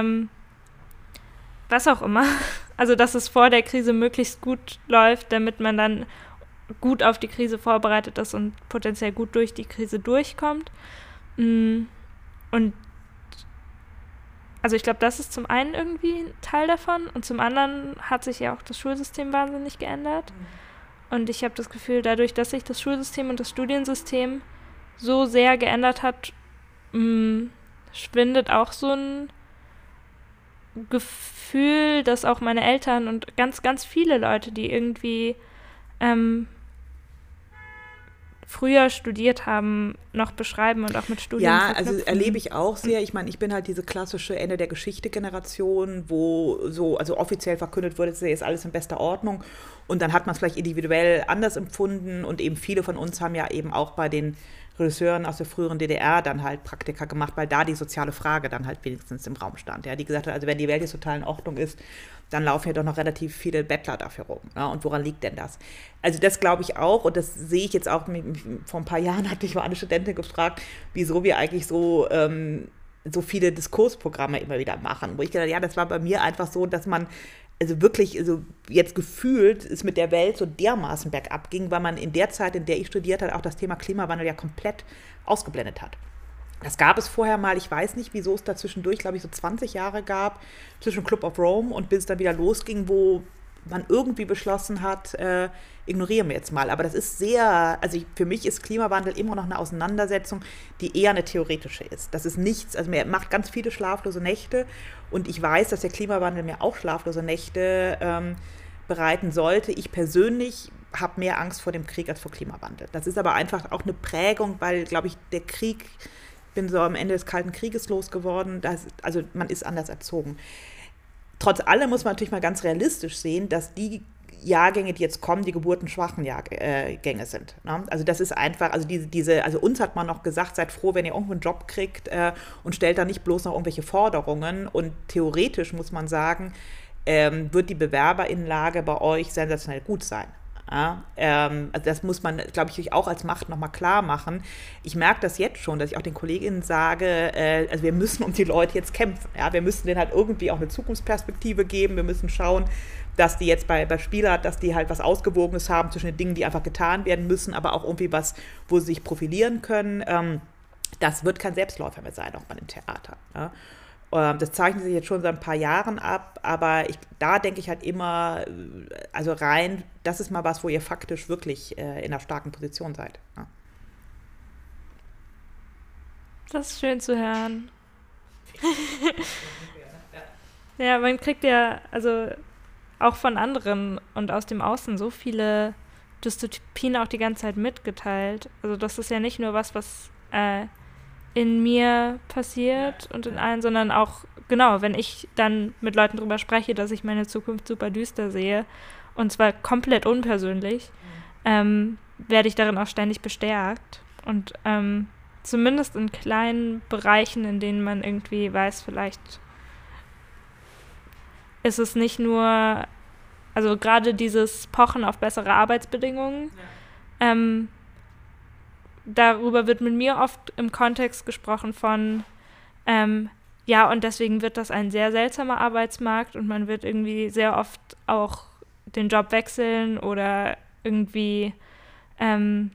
was auch immer. Also dass es vor der Krise möglichst gut läuft, damit man dann gut auf die Krise vorbereitet ist und potenziell gut durch die Krise durchkommt. Und also ich glaube, das ist zum einen irgendwie ein Teil davon und zum anderen hat sich ja auch das Schulsystem wahnsinnig geändert. Und ich habe das Gefühl, dadurch, dass sich das Schulsystem und das Studiensystem so sehr geändert hat, schwindet auch so ein Gefühl, dass auch meine Eltern und ganz, ganz viele Leute, die irgendwie früher studiert haben, noch beschreiben und auch mit Studien verknüpfen. Also erlebe ich auch sehr. Ich meine, ich bin halt diese klassische Ende der Geschichte-Generation, wo also offiziell verkündet wurde, es ist alles in bester Ordnung. Und dann hat man es vielleicht individuell anders empfunden. Und eben viele von uns haben ja eben auch bei den Regisseuren aus der früheren DDR dann halt Praktika gemacht, weil da die soziale Frage dann halt wenigstens im Raum stand. Ja, die gesagt hat, also wenn die Welt jetzt total in Ordnung ist, dann laufen ja doch noch relativ viele Bettler dafür rum. Ja, und woran liegt denn das? Also das glaube ich auch, und das sehe ich jetzt auch, vor ein paar Jahren hatte ich mal eine Studentin gefragt, wieso wir eigentlich so viele Diskursprogramme immer wieder machen. Wo ich gedacht, ja, das war bei mir einfach so, dass man also wirklich, also jetzt gefühlt es mit der Welt so dermaßen bergab ging, weil man in der Zeit, in der ich studiert habe, auch das Thema Klimawandel ja komplett ausgeblendet hat. Das gab es vorher mal, ich weiß nicht, wieso es da zwischendurch, glaube ich, so 20 Jahre gab, zwischen Club of Rome und bis es dann wieder losging, wo man irgendwie beschlossen hat, ignorieren wir jetzt mal. Aber das ist sehr, also für mich ist Klimawandel immer noch eine Auseinandersetzung, die eher eine theoretische ist. Das ist nichts, also mir macht ganz viele schlaflose Nächte und ich weiß, dass der Klimawandel mir auch schlaflose Nächte bereiten sollte. Ich persönlich habe mehr Angst vor dem Krieg als vor Klimawandel. Das ist aber einfach auch eine Prägung, weil, glaube ich, der Krieg, ich bin so am Ende des Kalten Krieges losgeworden, also man ist anders erzogen. Trotz allem muss man natürlich mal ganz realistisch sehen, dass die Jahrgänge, die jetzt kommen, die geburtenschwachen Jahrgänge sind. Ne? Also das ist einfach, also also uns hat man noch gesagt, seid froh, wenn ihr irgendwo einen Job kriegt und stellt da nicht bloß noch irgendwelche Forderungen. Und theoretisch muss man sagen, wird die Bewerberinnenlage bei euch sensationell gut sein. Ja, also das muss man, glaube ich, auch als Macht nochmal klar machen. Ich merke das jetzt schon, dass ich auch den Kolleginnen sage, also wir müssen um die Leute jetzt kämpfen. Ja? Wir müssen denen halt irgendwie auch eine Zukunftsperspektive geben. Wir müssen schauen, dass die jetzt bei Spielart, dass die halt was Ausgewogenes haben zwischen den Dingen, die einfach getan werden müssen, aber auch irgendwie was, wo sie sich profilieren können. Das wird kein Selbstläufer mehr sein, auch bei dem Theater. Ja? Das zeichnet sich jetzt schon seit ein paar Jahren ab, aber da denke ich halt immer, also rein, das ist mal was, wo ihr faktisch wirklich in einer starken Position seid. Ja. Das ist schön zu hören. Ja, man kriegt ja also auch von anderen und aus dem Außen so viele Dystopien auch die ganze Zeit mitgeteilt. Also das ist ja nicht nur was in mir passiert und in allen, sondern auch, genau, wenn ich dann mit Leuten drüber spreche, dass ich meine Zukunft super düster sehe, und zwar komplett unpersönlich, werde ich darin auch ständig bestärkt. Und zumindest in kleinen Bereichen, in denen man irgendwie weiß, vielleicht ist es nicht nur, also gerade dieses Pochen auf bessere Arbeitsbedingungen, darüber wird mit mir oft im Kontext gesprochen von, ja, und deswegen wird das ein sehr seltsamer Arbeitsmarkt und man wird irgendwie sehr oft auch den Job wechseln oder irgendwie, keine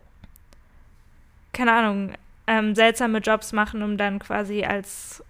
Ahnung, seltsame Jobs machen, um dann quasi als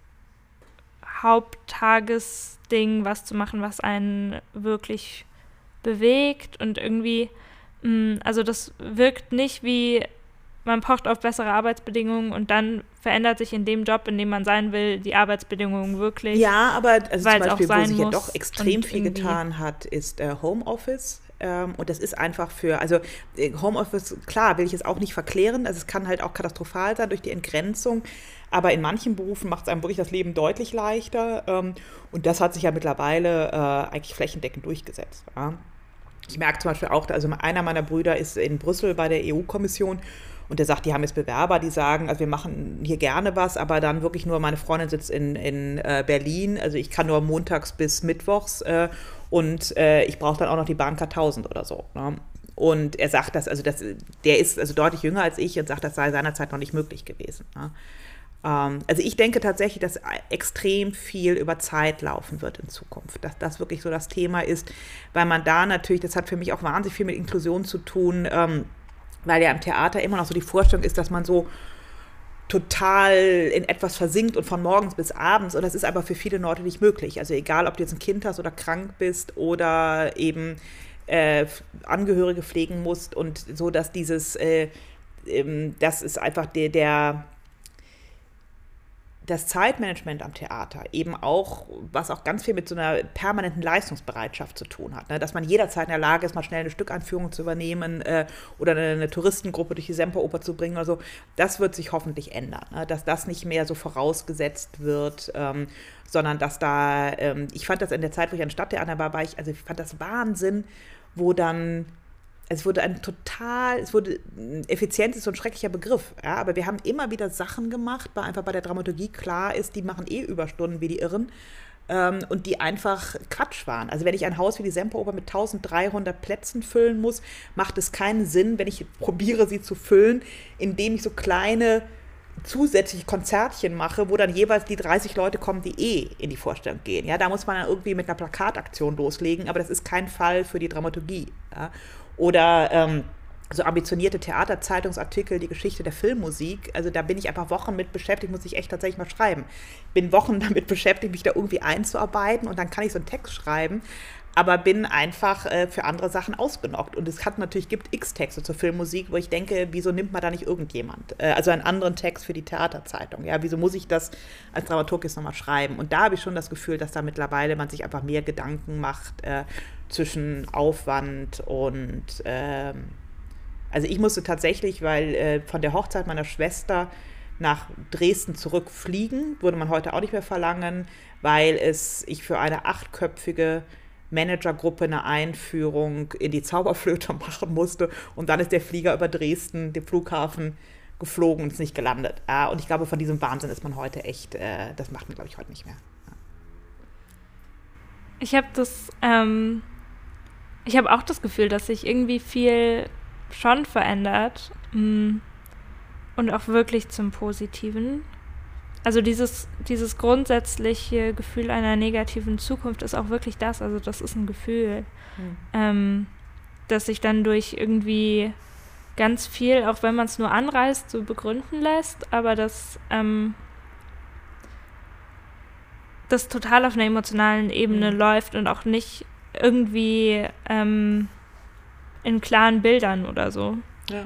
Haupttagesding was zu machen, was einen wirklich bewegt und irgendwie, also das wirkt nicht wie man pocht auf bessere Arbeitsbedingungen und dann verändert sich in dem Job, in dem man sein will, die Arbeitsbedingungen wirklich. Ja, aber also zum Beispiel, wo sich ja doch extrem viel getan hat, ist Homeoffice. Und das ist einfach also Homeoffice, klar, will ich es auch nicht verklären. Also es kann halt auch katastrophal sein durch die Entgrenzung. Aber in manchen Berufen macht es einem wirklich das Leben deutlich leichter. Und das hat sich ja mittlerweile eigentlich flächendeckend durchgesetzt. Ja. Ich merke zum Beispiel auch, also einer meiner Brüder ist in Brüssel bei der EU-Kommission und der sagt, die haben jetzt Bewerber, die sagen, also wir machen hier gerne was, aber dann wirklich nur, meine Freundin sitzt in Berlin, also ich kann nur montags bis mittwochs und ich brauche dann auch noch die Bahncard 1000 oder so. Ne? Und er sagt der ist also deutlich jünger als ich und sagt, das sei seinerzeit noch nicht möglich gewesen. Ne? Also ich denke tatsächlich, dass extrem viel über Zeit laufen wird in Zukunft, dass das wirklich so das Thema ist, weil man da natürlich, das hat für mich auch wahnsinnig viel mit Inklusion zu tun, weil ja im Theater immer noch so die Vorstellung ist, dass man so total in etwas versinkt und von morgens bis abends, und das ist aber für viele Leute nicht möglich. Also egal, ob du jetzt ein Kind hast oder krank bist oder eben Angehörige pflegen musst und so, dass das ist einfach das Zeitmanagement am Theater eben auch, was auch ganz viel mit so einer permanenten Leistungsbereitschaft zu tun hat, ne? Dass man jederzeit in der Lage ist, mal schnell eine Stückeinführung zu übernehmen oder eine Touristengruppe durch die Semperoper zu bringen oder so. Das wird sich hoffentlich ändern, ne? Dass das nicht mehr so vorausgesetzt wird, sondern dass da, ich fand das in der Zeit, wo ich an Stadttheater war, ich fand das Wahnsinn, wo dann Effizienz ist so ein schrecklicher Begriff, ja, aber wir haben immer wieder Sachen gemacht, weil einfach bei der Dramaturgie klar ist, die machen Überstunden wie die Irren und die einfach Quatsch waren. Also wenn ich ein Haus wie die Semperoper mit 1300 Plätzen füllen muss, macht es keinen Sinn, wenn ich probiere, sie zu füllen, indem ich so kleine zusätzliche Konzertchen mache, wo dann jeweils die 30 Leute kommen, die in die Vorstellung gehen. Ja, da muss man dann irgendwie mit einer Plakataktion loslegen, aber das ist kein Fall für die Dramaturgie. Ja. Oder so ambitionierte Theaterzeitungsartikel, die Geschichte der Filmmusik, also da bin ich einfach Wochen mit beschäftigt, muss ich echt tatsächlich mal schreiben. Bin Wochen damit beschäftigt, mich da irgendwie einzuarbeiten und dann kann ich so einen Text schreiben, aber bin einfach für andere Sachen ausgenockt. Und es gibt X-Texte zur Filmmusik, wo ich denke, wieso nimmt man da nicht irgendjemand? Also einen anderen Text für die Theaterzeitung. Ja, wieso muss ich das als Dramaturg jetzt nochmal schreiben? Und da habe ich schon das Gefühl, dass da mittlerweile man sich einfach mehr Gedanken macht zwischen Aufwand und also ich musste tatsächlich, weil von der Hochzeit meiner Schwester nach Dresden zurückfliegen, würde man heute auch nicht mehr verlangen, weil ich für eine 8-köpfige Managergruppe eine Einführung in die Zauberflöte machen musste und dann ist der Flieger über Dresden, den Flughafen, geflogen und ist nicht gelandet. Und ich glaube, von diesem Wahnsinn ist man heute echt, das macht man, glaube ich, heute nicht mehr. Ich habe auch das Gefühl, dass sich irgendwie viel schon verändert und auch wirklich zum Positiven. Also dieses grundsätzliche Gefühl einer negativen Zukunft ist auch wirklich das, also das ist ein Gefühl, das sich dann durch irgendwie ganz viel, auch wenn man es nur anreißt, so begründen lässt, aber das total auf einer emotionalen Ebene läuft und auch nicht irgendwie in klaren Bildern oder so. Ja.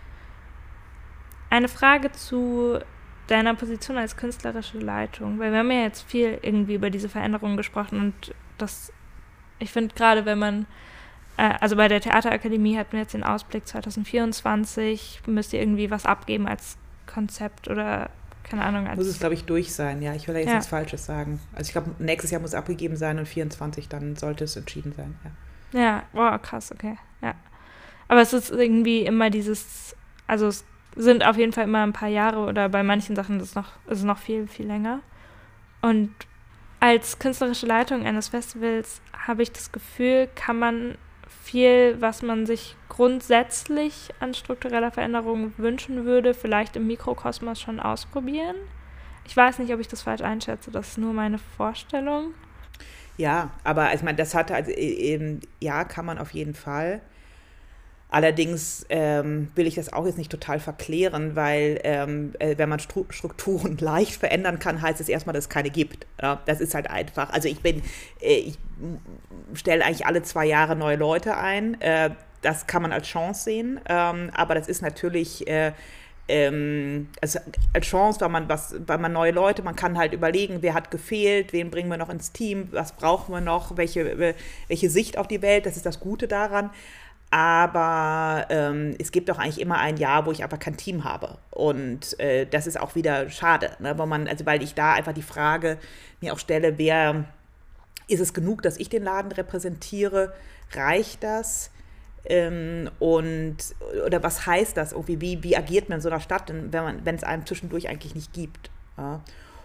Eine Frage zu deiner Position als künstlerische Leitung, weil wir haben ja jetzt viel irgendwie über diese Veränderungen gesprochen und ich finde gerade, wenn man, also bei der Theaterakademie hatten wir jetzt den Ausblick 2024, müsst ihr irgendwie was abgeben als Konzept oder keine Ahnung. Muss es, glaube ich, durch sein, ja. Ich will da jetzt nichts Falsches sagen. Also ich glaube, nächstes Jahr muss es abgegeben sein und 2024, dann sollte es entschieden sein, ja. Ja, wow, krass, okay, ja. Aber es ist irgendwie immer also es sind auf jeden Fall immer ein paar Jahre oder bei manchen Sachen ist es noch viel, viel länger. Und als künstlerische Leitung eines Festivals habe ich das Gefühl, kann man viel, was man sich grundsätzlich an struktureller Veränderung wünschen würde, vielleicht im Mikrokosmos schon ausprobieren. Ich weiß nicht, ob ich das falsch einschätze, das ist nur meine Vorstellung. Ja, aber ich meine, das hatte, also ja, kann man auf jeden Fall. Allerdings will ich das auch jetzt nicht total verklären, weil wenn man Strukturen leicht verändern kann, heißt es erstmal, dass es keine gibt. Ja, das ist halt einfach. Also ich stelle eigentlich alle 2 Jahre neue Leute ein. Das kann man als Chance sehen. Aber das ist natürlich also als Chance, weil man neue Leute, man kann halt überlegen, wer hat gefehlt, wen bringen wir noch ins Team, was brauchen wir noch, welche Sicht auf die Welt, das ist das Gute daran. Aber es gibt auch eigentlich immer ein Jahr, wo ich einfach kein Team habe. Und das ist auch wieder schade, ne? Weil ich da einfach die Frage mir auch stelle, ist es genug, dass ich den Laden repräsentiere? Reicht das? Oder was heißt das irgendwie? Wie agiert man in so einer Stadt, wenn es einem zwischendurch eigentlich nicht gibt? Ja?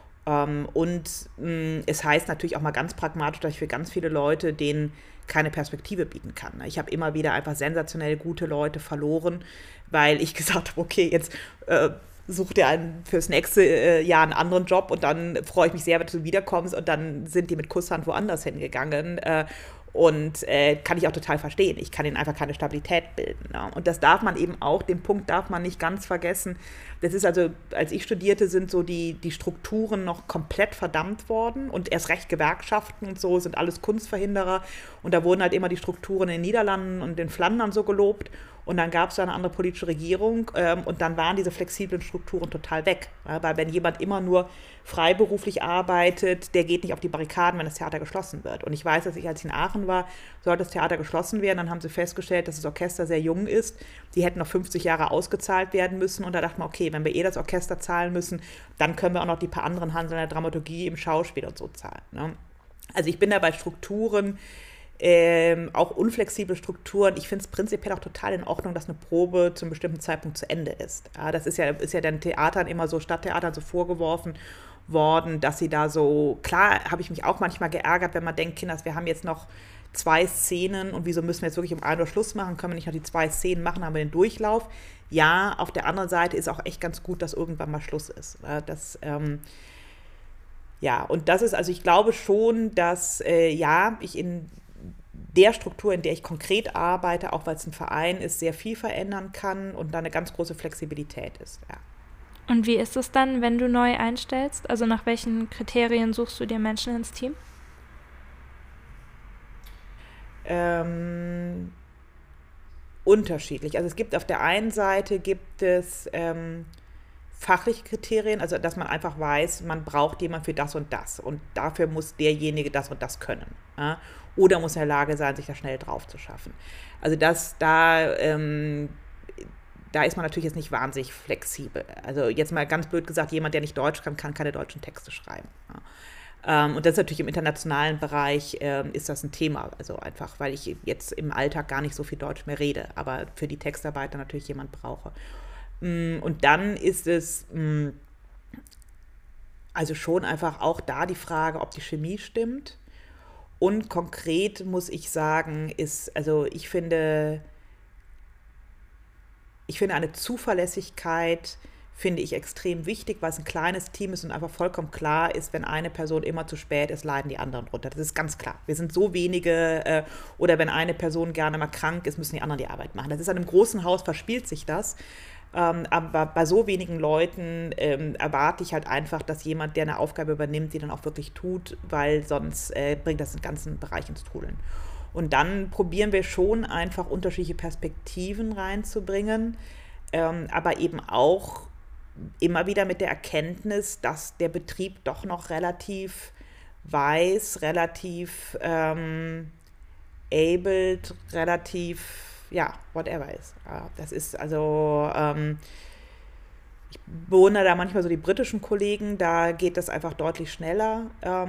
Es heißt natürlich auch mal ganz pragmatisch, dass ich für ganz viele Leute denen keine Perspektive bieten kann. Ich habe immer wieder einfach sensationell gute Leute verloren, weil ich gesagt habe, okay, jetzt such dir fürs nächste Jahr einen anderen Job und dann freue ich mich sehr, wenn du wiederkommst und dann sind die mit Kusshand woanders hingegangen. Kann ich auch total verstehen. Ich kann ihnen einfach keine Stabilität bilden. Ne? Und das darf man eben auch, den Punkt darf man nicht ganz vergessen. Das ist also, als ich studierte, sind so die Strukturen noch komplett verdammt worden und erst recht Gewerkschaften und so sind alles Kunstverhinderer. Und da wurden halt immer die Strukturen in den Niederlanden und in Flandern so gelobt. Und dann gab es da eine andere politische Regierung und dann waren diese flexiblen Strukturen total weg. Ja, weil wenn jemand immer nur freiberuflich arbeitet, der geht nicht auf die Barrikaden, wenn das Theater geschlossen wird. Und ich weiß, als ich in Aachen war, sollte das Theater geschlossen werden. Dann haben sie festgestellt, dass das Orchester sehr jung ist. Die hätten noch 50 Jahre ausgezahlt werden müssen. Und da dachte man, okay, wenn wir das Orchester zahlen müssen, dann können wir auch noch die paar anderen Handeln in der Dramaturgie, im Schauspiel und so zahlen. Ne? Also ich bin da bei Strukturen, auch unflexible Strukturen. Ich finde es prinzipiell auch total in Ordnung, dass eine Probe zu einem bestimmten Zeitpunkt zu Ende ist. Ja, das ist ja den Theatern immer so, Stadttheatern so vorgeworfen worden, dass sie da so, klar habe ich mich auch manchmal geärgert, wenn man denkt, Kinders, wir haben jetzt noch 2 Szenen und wieso müssen wir jetzt wirklich um 1 Uhr Schluss machen, können wir nicht noch die 2 Szenen machen, haben wir den Durchlauf. Ja, auf der anderen Seite ist auch echt ganz gut, dass irgendwann mal Schluss ist. Ja, und das ist, also ich glaube schon, dass ich in der Struktur, in der ich konkret arbeite, auch weil es ein Verein ist, sehr viel verändern kann und da eine ganz große Flexibilität ist. Ja. Und wie ist es dann, wenn du neu einstellst? Also nach welchen Kriterien suchst du dir Menschen ins Team? Unterschiedlich. Also es gibt auf der einen Seite fachliche Kriterien, also dass man einfach weiß, man braucht jemanden für das und das und dafür muss derjenige das und das können. Ja? Oder muss in der Lage sein, sich da schnell drauf zu schaffen. Also da ist man natürlich jetzt nicht wahnsinnig flexibel. Also jetzt mal ganz blöd gesagt, jemand, der nicht Deutsch kann, kann keine deutschen Texte schreiben. Ja? Und das ist natürlich im internationalen Bereich ist das ein Thema. Also einfach, weil ich jetzt im Alltag gar nicht so viel Deutsch mehr rede, aber für die Textarbeiter natürlich jemand brauche. Und dann ist es also schon einfach auch da die Frage, ob die Chemie stimmt. Und konkret muss ich sagen, ich finde eine Zuverlässigkeit finde ich extrem wichtig, weil es ein kleines Team ist und einfach vollkommen klar ist, wenn eine Person immer zu spät ist, leiden die anderen drunter. Das ist ganz klar. Wir sind so wenige oder wenn eine Person gerne mal krank ist, müssen die anderen die Arbeit machen. Das ist an einem großen Haus, verspielt sich das. Aber bei so wenigen Leuten erwarte ich halt einfach, dass jemand, der eine Aufgabe übernimmt, die dann auch wirklich tut, weil sonst bringt das den ganzen Bereich ins Trudeln. Und dann probieren wir schon einfach unterschiedliche Perspektiven reinzubringen, aber eben auch immer wieder mit der Erkenntnis, dass der Betrieb doch noch relativ weiß, relativ abled, relativ whatever ist. Ja, das ist also, ich bewundere da manchmal so die britischen Kollegen, da geht das einfach deutlich schneller.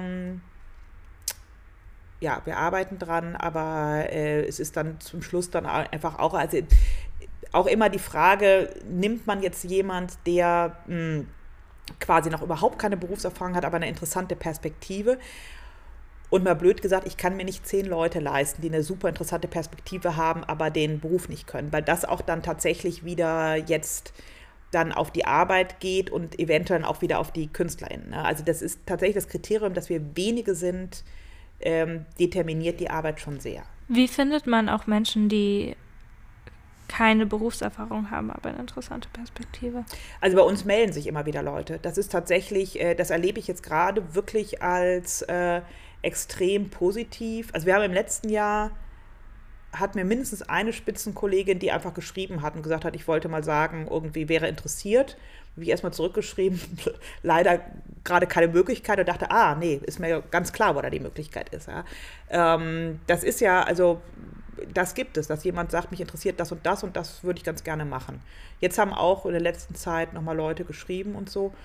Wir arbeiten dran, aber es ist dann zum Schluss dann einfach auch immer die Frage, nimmt man jetzt jemand, der quasi noch überhaupt keine Berufserfahrung hat, aber eine interessante Perspektive. Und mal blöd gesagt, ich kann mir nicht 10 Leute leisten, die eine super interessante Perspektive haben, aber den Beruf nicht können, weil das auch dann tatsächlich wieder jetzt dann auf die Arbeit geht und eventuell auch wieder auf die KünstlerInnen. Ne? Also das ist tatsächlich das Kriterium, dass wir wenige sind, determiniert die Arbeit schon sehr. Wie findet man auch Menschen, die keine Berufserfahrung haben, aber eine interessante Perspektive? Also bei uns melden sich immer wieder Leute. Das ist tatsächlich, das erlebe ich jetzt gerade wirklich als extrem positiv. Also wir haben im letzten Jahr, hatten wir mindestens eine Spitzenkollegin, die einfach geschrieben hat und gesagt hat, ich wollte mal sagen, irgendwie wäre interessiert. Habe ich erstmal zurückgeschrieben, leider gerade keine Möglichkeit und dachte, nee, ist mir ganz klar, wo da die Möglichkeit ist. Ja. Das ist ja, also das gibt es, dass jemand sagt, mich interessiert das und das würde ich ganz gerne machen. Jetzt haben auch in der letzten Zeit nochmal Leute geschrieben und so.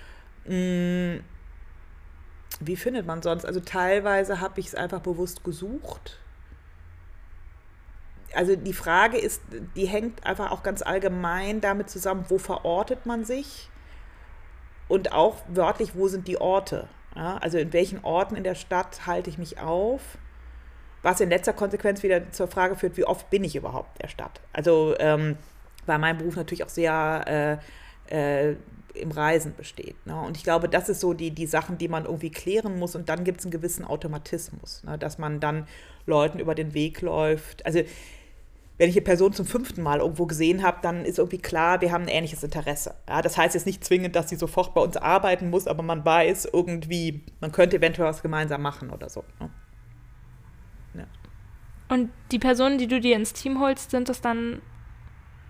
Wie findet man sonst? Also teilweise habe ich es einfach bewusst gesucht. Also die Frage ist, die hängt einfach auch ganz allgemein damit zusammen, wo verortet man sich und auch wörtlich, wo sind die Orte? Ja, also in welchen Orten in der Stadt halte ich mich auf? Was in letzter Konsequenz wieder zur Frage führt, wie oft bin ich überhaupt in der Stadt? Also weil mein Beruf natürlich auch sehr im Reisen besteht. Ne? Und ich glaube, das ist so die Sachen, die man irgendwie klären muss. Und dann gibt es einen gewissen Automatismus, ne? Dass man dann Leuten über den Weg läuft. Also wenn ich eine Person zum 5. Mal irgendwo gesehen habe, dann ist irgendwie klar, wir haben ein ähnliches Interesse. Ja, das heißt jetzt nicht zwingend, dass sie sofort bei uns arbeiten muss, aber man weiß irgendwie, man könnte eventuell was gemeinsam machen oder so. Ne? Ja. Und die Personen, die du dir ins Team holst, sind das dann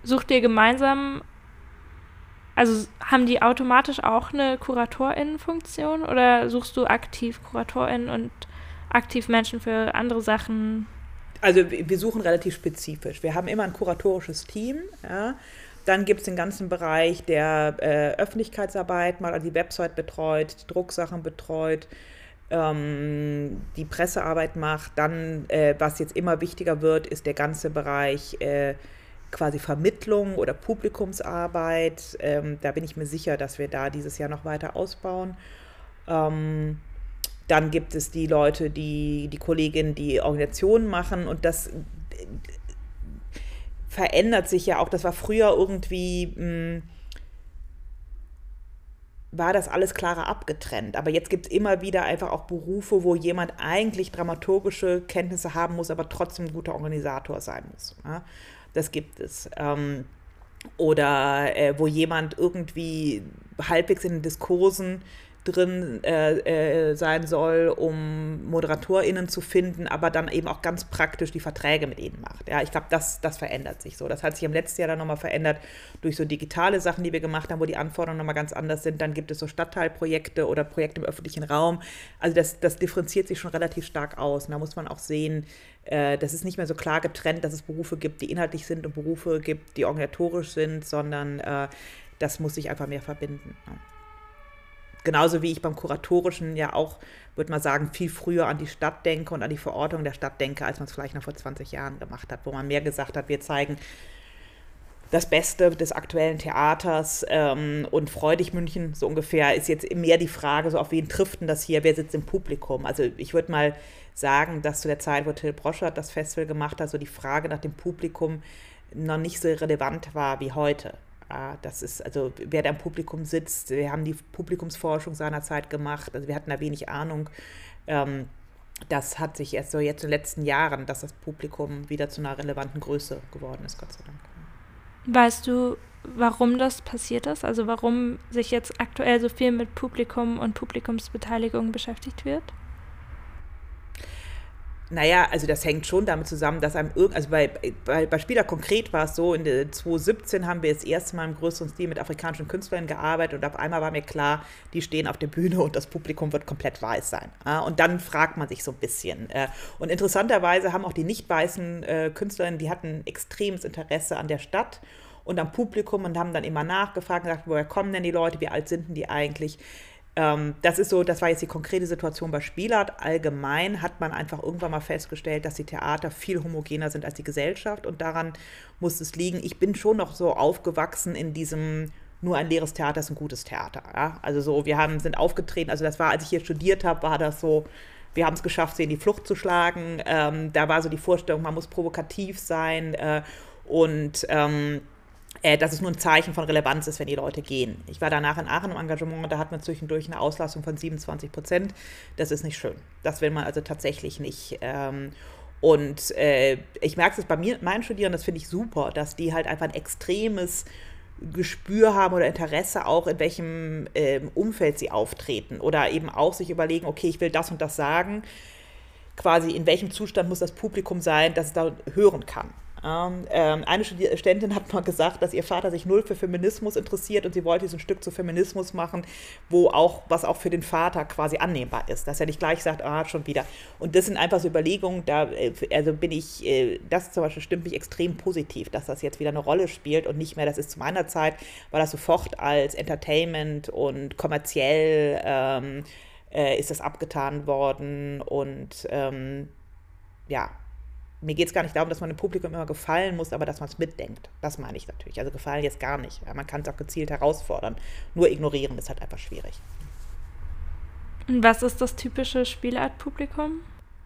sucht ihr gemeinsam, also haben die automatisch auch eine KuratorInnen-Funktion oder suchst du aktiv KuratorInnen und aktiv Menschen für andere Sachen? Also wir suchen relativ spezifisch. Wir haben immer ein kuratorisches Team. Ja. Dann gibt es den ganzen Bereich der Öffentlichkeitsarbeit, mal die Website betreut, die Drucksachen betreut, die Pressearbeit macht. Dann, was jetzt immer wichtiger wird, ist der ganze Bereich quasi Vermittlung oder Publikumsarbeit. Da bin ich mir sicher, dass wir da dieses Jahr noch weiter ausbauen. Dann gibt es die Leute, die Kolleginnen, die Organisationen machen, und das verändert sich ja auch. Das war früher irgendwie, war das alles klarer abgetrennt. Aber jetzt gibt es immer wieder einfach auch Berufe, wo jemand eigentlich dramaturgische Kenntnisse haben muss, aber trotzdem ein guter Organisator sein muss. Ja? Das gibt es. Oder wo jemand irgendwie halbwegs in den Diskursen drin sein soll, um ModeratorInnen zu finden, aber dann eben auch ganz praktisch die Verträge mit ihnen macht. Ja, ich glaube, das verändert sich so. Das hat sich im letzten Jahr dann nochmal verändert durch so digitale Sachen, die wir gemacht haben, wo die Anforderungen nochmal ganz anders sind. Dann gibt es so Stadtteilprojekte oder Projekte im öffentlichen Raum. Also das differenziert sich schon relativ stark aus. Und da muss man auch sehen, das ist nicht mehr so klar getrennt, dass es Berufe gibt, die inhaltlich sind, und Berufe gibt, die organisatorisch sind, sondern das muss sich einfach mehr verbinden. Ja. Genauso wie ich beim Kuratorischen ja auch, würde man sagen, viel früher an die Stadt denke und an die Verortung der Stadt denke, als man es vielleicht noch vor 20 Jahren gemacht hat, wo man mehr gesagt hat, wir zeigen das Beste des aktuellen Theaters, und Freudig München, so ungefähr, ist jetzt mehr die Frage, so auf wen trifft denn das hier, wer sitzt im Publikum? Also ich würde mal sagen, dass zu der Zeit, wo Till Broschert das Festival gemacht hat, so die Frage nach dem Publikum noch nicht so relevant war wie heute. Das ist, also wer da im Publikum sitzt, wir haben die Publikumsforschung seinerzeit gemacht, also wir hatten da wenig Ahnung. Das hat sich erst so jetzt in den letzten Jahren, dass das Publikum wieder zu einer relevanten Größe geworden ist, Gott sei Dank. Weißt du, warum das passiert ist? Also warum sich jetzt aktuell so viel mit Publikum und Publikumsbeteiligung beschäftigt wird? Naja, also das hängt schon damit zusammen, dass einem also bei Spieler konkret war es so, in 2017 haben wir das erste Mal im größeren Stil mit afrikanischen Künstlern gearbeitet, und auf einmal war mir klar, die stehen auf der Bühne und das Publikum wird komplett weiß sein. Und dann fragt man sich so ein bisschen. Und interessanterweise haben auch die nicht weißen Künstlerinnen, die hatten extremes Interesse an der Stadt und am Publikum und haben dann immer nachgefragt und gesagt, woher kommen denn die Leute, wie alt sind denn die eigentlich? Das ist so, das war jetzt die konkrete Situation bei Spielart. Allgemein hat man einfach irgendwann mal festgestellt, dass die Theater viel homogener sind als die Gesellschaft, und daran muss es liegen. Ich bin schon noch so aufgewachsen in diesem, nur ein leeres Theater ist ein gutes Theater. Ja? Also so, sind aufgetreten, also das war, als ich hier studiert habe, war das so, wir haben es geschafft, sie in die Flucht zu schlagen. Da war so die Vorstellung, man muss provokativ sein und dass es nur ein Zeichen von Relevanz ist, wenn die Leute gehen. Ich war danach in Aachen im Engagement, da hat man zwischendurch eine Auslastung von 27%. Das ist nicht schön. Das will man also tatsächlich nicht. Ich merke es bei meinen Studierenden, das finde ich super, dass die halt einfach ein extremes Gespür haben oder Interesse auch, in welchem Umfeld sie auftreten, oder eben auch sich überlegen, okay, ich will das und das sagen, quasi in welchem Zustand muss das Publikum sein, dass es da hören kann. Eine Studentin hat mal gesagt, dass ihr Vater sich null für Feminismus interessiert und sie wollte so ein Stück zu Feminismus machen, was auch für den Vater quasi annehmbar ist, dass er nicht gleich sagt, schon wieder. Und das sind einfach so Überlegungen, das zum Beispiel stimmt mich extrem positiv, dass das jetzt wieder eine Rolle spielt und nicht mehr, das ist zu meiner Zeit, war das sofort als Entertainment und kommerziell ist das abgetan worden, und mir geht es gar nicht darum, dass man dem Publikum immer gefallen muss, aber dass man es mitdenkt. Das meine ich natürlich. Also gefallen jetzt gar nicht. Ja, man kann es auch gezielt herausfordern. Nur ignorieren ist halt einfach schwierig. Und was ist das typische Spielart-Publikum?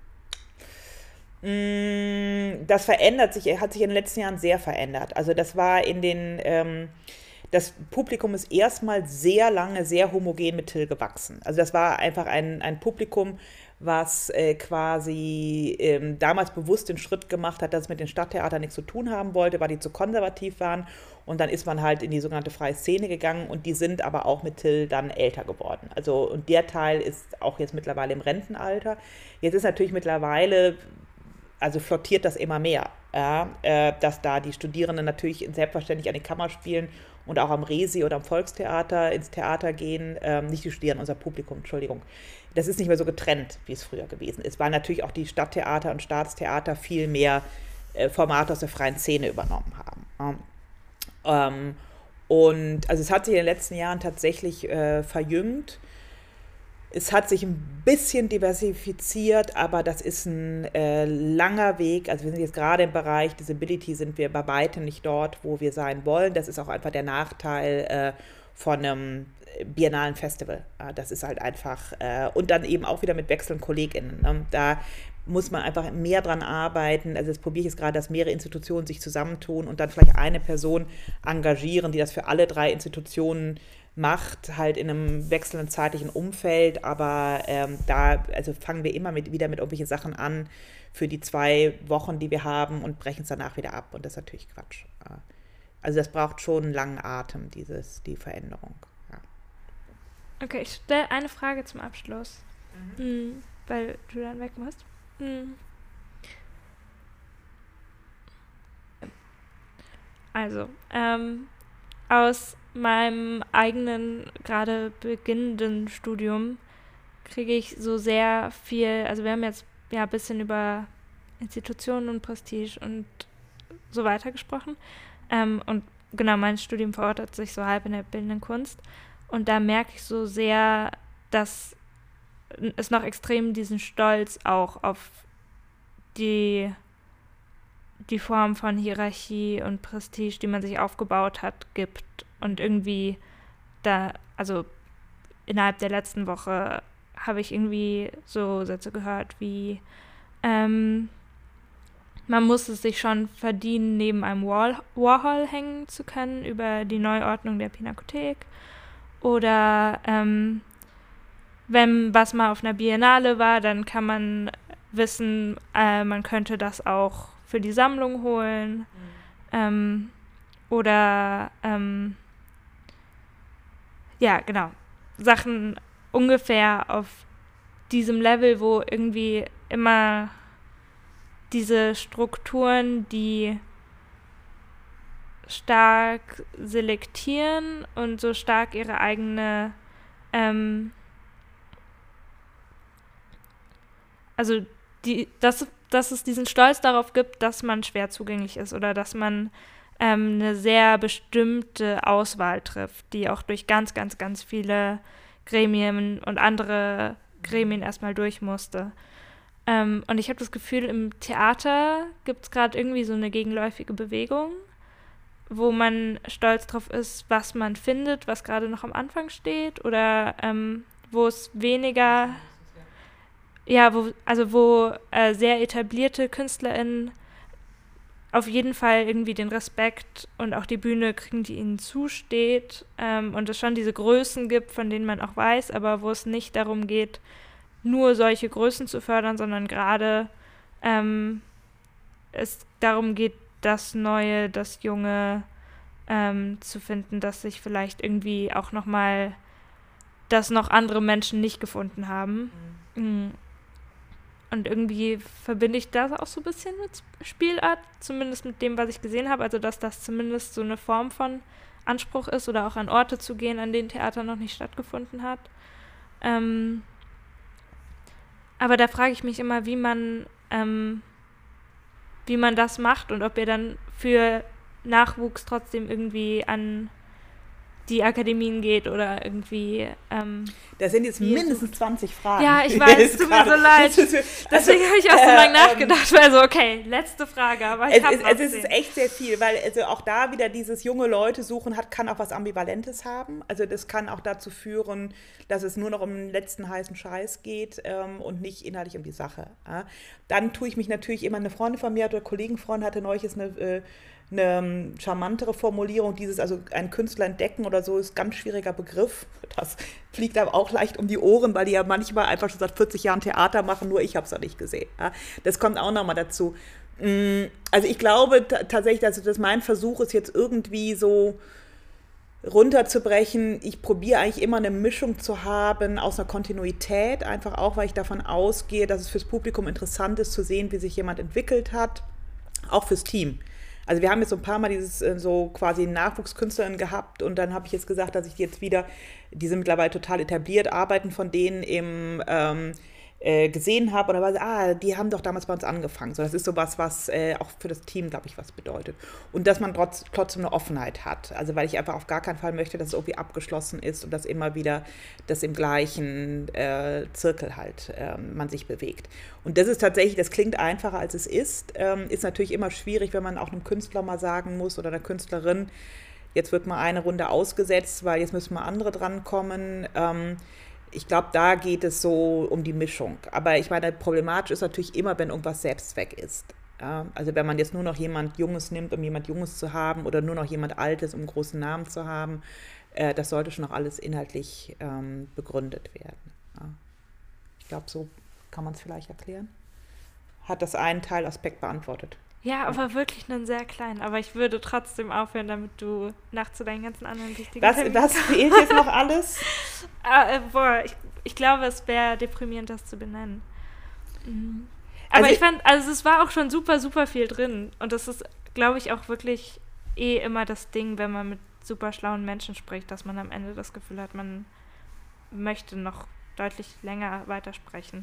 Das hat sich in den letzten Jahren sehr verändert. Also das war das Publikum ist erstmal sehr lange sehr homogen mit Till gewachsen. Also das war einfach ein Publikum, was quasi damals bewusst den Schritt gemacht hat, dass es mit den Stadttheatern nichts zu tun haben wollte, weil die zu konservativ waren. Und dann ist man halt in die sogenannte freie Szene gegangen, und die sind aber auch mit Till dann älter geworden. Also, und der Teil ist auch jetzt mittlerweile im Rentenalter. Jetzt ist natürlich mittlerweile, also flottiert das immer mehr. Ja, dass da die Studierenden natürlich selbstverständlich an die Kammer spielen und auch am Resi oder am Volkstheater ins Theater gehen, nicht die Studierenden, unser Publikum, Entschuldigung. Das ist nicht mehr so getrennt, wie es früher gewesen ist, weil natürlich auch die Stadttheater und Staatstheater viel mehr Formate aus der freien Szene übernommen haben. Und also es hat sich in den letzten Jahren tatsächlich verjüngt. Es hat sich ein bisschen diversifiziert, aber das ist ein langer Weg. Also wir sind jetzt gerade im Bereich Disability, sind wir bei weitem nicht dort, wo wir sein wollen. Das ist auch einfach der Nachteil von einem biennalen Festival. Das ist halt einfach, und dann eben auch wieder mit wechselnden KollegInnen. Ne? Da muss man einfach mehr dran arbeiten. Also jetzt probiere ich jetzt gerade, dass mehrere Institutionen sich zusammentun und dann vielleicht eine Person engagieren, die das für alle 3 Institutionen macht, halt in einem wechselnden zeitlichen Umfeld, aber da also fangen wir immer wieder mit irgendwelchen Sachen an für die 2 Wochen, die wir haben und brechen es danach wieder ab und das ist natürlich Quatsch. Also das braucht schon einen langen Atem, die Veränderung. Ja. Okay, ich stelle eine Frage zum Abschluss, weil du dann weg musst. Also, aus meinem eigenen, gerade beginnenden Studium kriege ich so sehr viel, also wir haben jetzt ja ein bisschen über Institutionen und Prestige und so weiter gesprochen. Und genau, mein Studium verortet sich so halb in der bildenden Kunst. Und da merke ich so sehr, dass es noch extrem diesen Stolz auch auf die Form von Hierarchie und Prestige, die man sich aufgebaut hat, gibt. Und irgendwie da, also innerhalb der letzten Woche habe ich irgendwie so Sätze gehört wie, man muss es sich schon verdienen, neben einem Warhol hängen zu können über die Neuordnung der Pinakothek. Oder wenn was mal auf einer Biennale war, dann kann man wissen, man könnte das auch für die Sammlung holen. Oder ja, genau, Sachen ungefähr auf diesem Level, wo irgendwie immer diese Strukturen, die stark selektieren und so stark ihre eigene, also dass es diesen Stolz darauf gibt, dass man schwer zugänglich ist oder dass man eine sehr bestimmte Auswahl trifft, die auch durch ganz, ganz, ganz viele Gremien und andere Gremien erstmal durch musste. Und ich habe das Gefühl, im Theater gibt es gerade irgendwie so eine gegenläufige Bewegung, wo man stolz drauf ist, was man findet, was gerade noch am Anfang steht oder wo es weniger, ja, wo sehr etablierte KünstlerInnen auf jeden Fall irgendwie den Respekt und auch die Bühne kriegen, die ihnen zusteht und es schon diese Größen gibt, von denen man auch weiß, aber wo es nicht darum geht, nur solche Größen zu fördern, sondern gerade es darum geht, das Neue, das Junge zu finden, das sich vielleicht irgendwie auch nochmal, das noch andere Menschen nicht gefunden haben. Und irgendwie verbinde ich das auch so ein bisschen mit Spielart, zumindest mit dem, was ich gesehen habe. Also, dass das zumindest so eine Form von Anspruch ist oder auch an Orte zu gehen, an denen Theater noch nicht stattgefunden hat. Aber da frage ich mich immer, wie man das macht und ob ihr dann für Nachwuchs trotzdem irgendwie an die Akademien geht oder irgendwie. Das sind jetzt mindestens 20 Fragen. Ja, ich weiß, es tut mir so leid. Deswegen habe ich auch so lange nachgedacht. Also, okay, letzte Frage. Aber es ist echt sehr viel, weil also auch da wieder dieses junge Leute suchen kann auch was Ambivalentes haben. Also das kann auch dazu führen, dass es nur noch um den letzten heißen Scheiß geht und nicht inhaltlich um die Sache. Ja. Dann tue ich mich natürlich immer, eine Freundin von mir oder Kollegenfreund hatte neulich eine charmantere Formulierung, also ein Künstler entdecken oder so, ist ein ganz schwieriger Begriff. Das fliegt aber auch leicht um die Ohren, weil die ja manchmal einfach schon seit 40 Jahren Theater machen, nur ich habe es noch nicht gesehen. Ja. Das kommt auch nochmal dazu. Also ich glaube tatsächlich, dass mein Versuch ist, jetzt irgendwie so runterzubrechen. Ich probiere eigentlich immer eine Mischung zu haben aus einer Kontinuität, einfach auch, weil ich davon ausgehe, dass es fürs Publikum interessant ist zu sehen, wie sich jemand entwickelt hat. auch fürs Team. Also wir haben jetzt so ein paar Mal dieses so quasi Nachwuchskünstlerinnen gehabt und dann habe ich jetzt gesagt, dass ich die jetzt wieder, die sind mittlerweile total etabliert, Arbeiten von denen im gesehen habe oder war die haben doch damals bei uns angefangen. So, das ist sowas, was auch für das Team, glaube ich, was bedeutet. Und dass man trotzdem eine Offenheit hat. Also weil ich einfach auf gar keinen Fall möchte, dass es irgendwie abgeschlossen ist und dass immer wieder das im gleichen Zirkel halt man sich bewegt. Und das ist tatsächlich, das klingt einfacher als es ist natürlich immer schwierig, wenn man auch einem Künstler mal sagen muss oder einer Künstlerin, jetzt wird mal eine Runde ausgesetzt, weil jetzt müssen mal andere drankommen. Ich glaube, da geht es so um die Mischung. Aber ich meine, problematisch ist natürlich immer, wenn irgendwas Selbstzweck ist. Ja? Also wenn man jetzt nur noch jemand Junges nimmt, um jemand Junges zu haben oder nur noch jemand Altes, um einen großen Namen zu haben, das sollte schon noch alles inhaltlich begründet werden. Ja? Ich glaube, so kann man es vielleicht erklären. Hat das einen Teilaspekt beantwortet. Ja, aber wirklich einen sehr kleinen. Aber ich würde trotzdem aufhören, damit du nachts zu deinen ganzen anderen wichtigen Themen... Was fehlt jetzt noch alles? Ich glaube, es wäre deprimierend, das zu benennen. Mhm. Aber ich fand, also es war auch schon super, super viel drin. Und das ist, glaube ich, auch wirklich immer das Ding, wenn man mit super schlauen Menschen spricht, dass man am Ende das Gefühl hat, man möchte noch deutlich länger weitersprechen.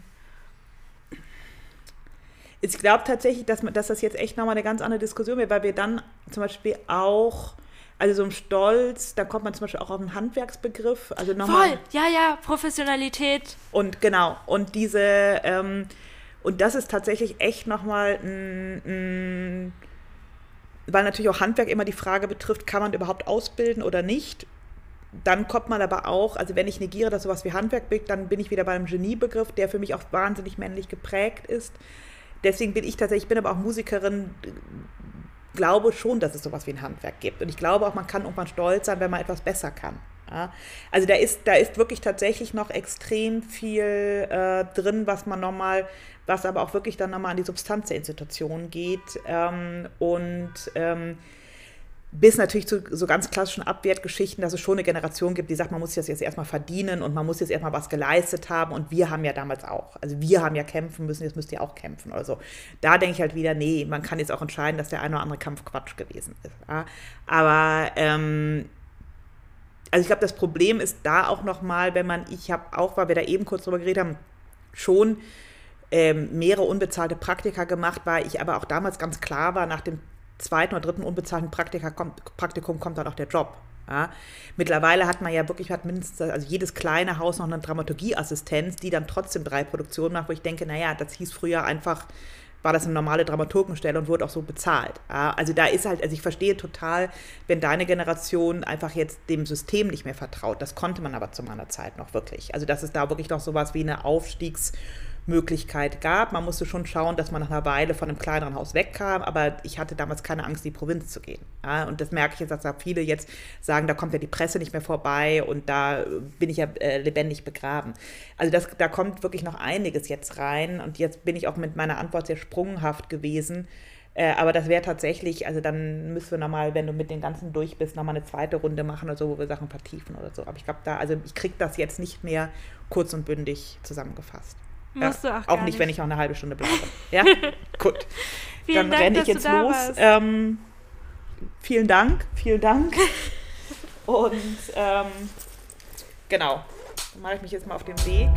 Ich glaube tatsächlich, dass das jetzt echt nochmal eine ganz andere Diskussion wird, weil wir dann zum Beispiel auch, also so im Stolz, da kommt man zum Beispiel auch auf einen Handwerksbegriff. Also nochmal, voll, ja, Professionalität. Und genau, und diese, und das ist tatsächlich echt nochmal weil natürlich auch Handwerk immer die Frage betrifft, kann man überhaupt ausbilden oder nicht? Dann kommt man aber auch, also wenn ich negiere, dass sowas wie Handwerk biegt, dann bin ich wieder bei einem Geniebegriff, der für mich auch wahnsinnig männlich geprägt ist. Deswegen bin ich aber auch Musikerin, glaube schon, dass es sowas wie ein Handwerk gibt. Und ich glaube auch, man kann irgendwann stolz sein, wenn man etwas besser kann. Ja? Also da ist wirklich tatsächlich noch extrem viel drin, was aber auch wirklich dann nochmal an die Substanz der Institution geht. Bis natürlich zu so ganz klassischen Abwertgeschichten, dass es schon eine Generation gibt, die sagt, man muss sich das jetzt erstmal verdienen und man muss jetzt erstmal was geleistet haben und wir haben ja damals auch. Also wir haben ja kämpfen müssen, jetzt müsst ihr auch kämpfen oder so. Da denke ich halt wieder, nee, man kann jetzt auch entscheiden, dass der eine oder andere Kampf Quatsch gewesen ist. Ja? Aber also ich glaube, das Problem ist da auch nochmal, weil wir da eben kurz drüber geredet haben, schon mehrere unbezahlte Praktika gemacht, weil ich aber auch damals ganz klar war, nach dem zweiten oder dritten unbezahlten Praktikum kommt dann auch der Job. Ja. Mittlerweile hat mindestens, also jedes kleine Haus noch eine Dramaturgieassistenz, die dann trotzdem 3 Produktionen macht, wo ich denke, naja, das hieß früher einfach, war das eine normale Dramaturgenstelle und wurde auch so bezahlt. Ja. Also da ist halt, also ich verstehe total, wenn deine Generation einfach jetzt dem System nicht mehr vertraut. Das konnte man aber zu meiner Zeit noch wirklich. Also dass es da wirklich noch sowas wie eine Aufstiegsmöglichkeit gab. Man musste schon schauen, dass man nach einer Weile von einem kleineren Haus wegkam, aber ich hatte damals keine Angst, in die Provinz zu gehen. Ja, und das merke ich jetzt, dass da viele jetzt sagen, da kommt ja die Presse nicht mehr vorbei und da bin ich ja lebendig begraben. Also da kommt wirklich noch einiges jetzt rein und jetzt bin ich auch mit meiner Antwort sehr sprunghaft gewesen. Aber das wäre tatsächlich, also dann müssen wir nochmal, wenn du mit den ganzen durch bist, nochmal eine zweite Runde machen oder so, wo wir Sachen vertiefen oder so. Aber ich glaube ich kriege das jetzt nicht mehr kurz und bündig zusammengefasst. Musst du auch nicht, wenn ich noch eine halbe Stunde bleibe. Ja, gut. Vielen Dann renne ich jetzt los. Vielen Dank. Und genau, dann mache ich mich jetzt mal auf den Weg.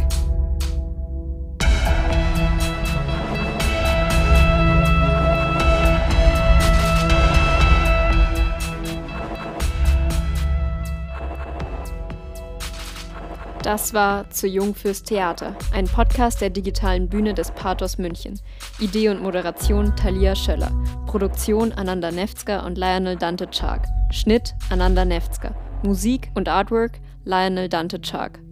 Das war Zu jung fürs Theater, ein Podcast der digitalen Bühne des Pathos München. Idee und Moderation Thalia Schöller. Produktion Ananda Nevzger und Lionel Dante-Chark. Schnitt Ananda Nevzger. Musik und Artwork Lionel Dante-Chark.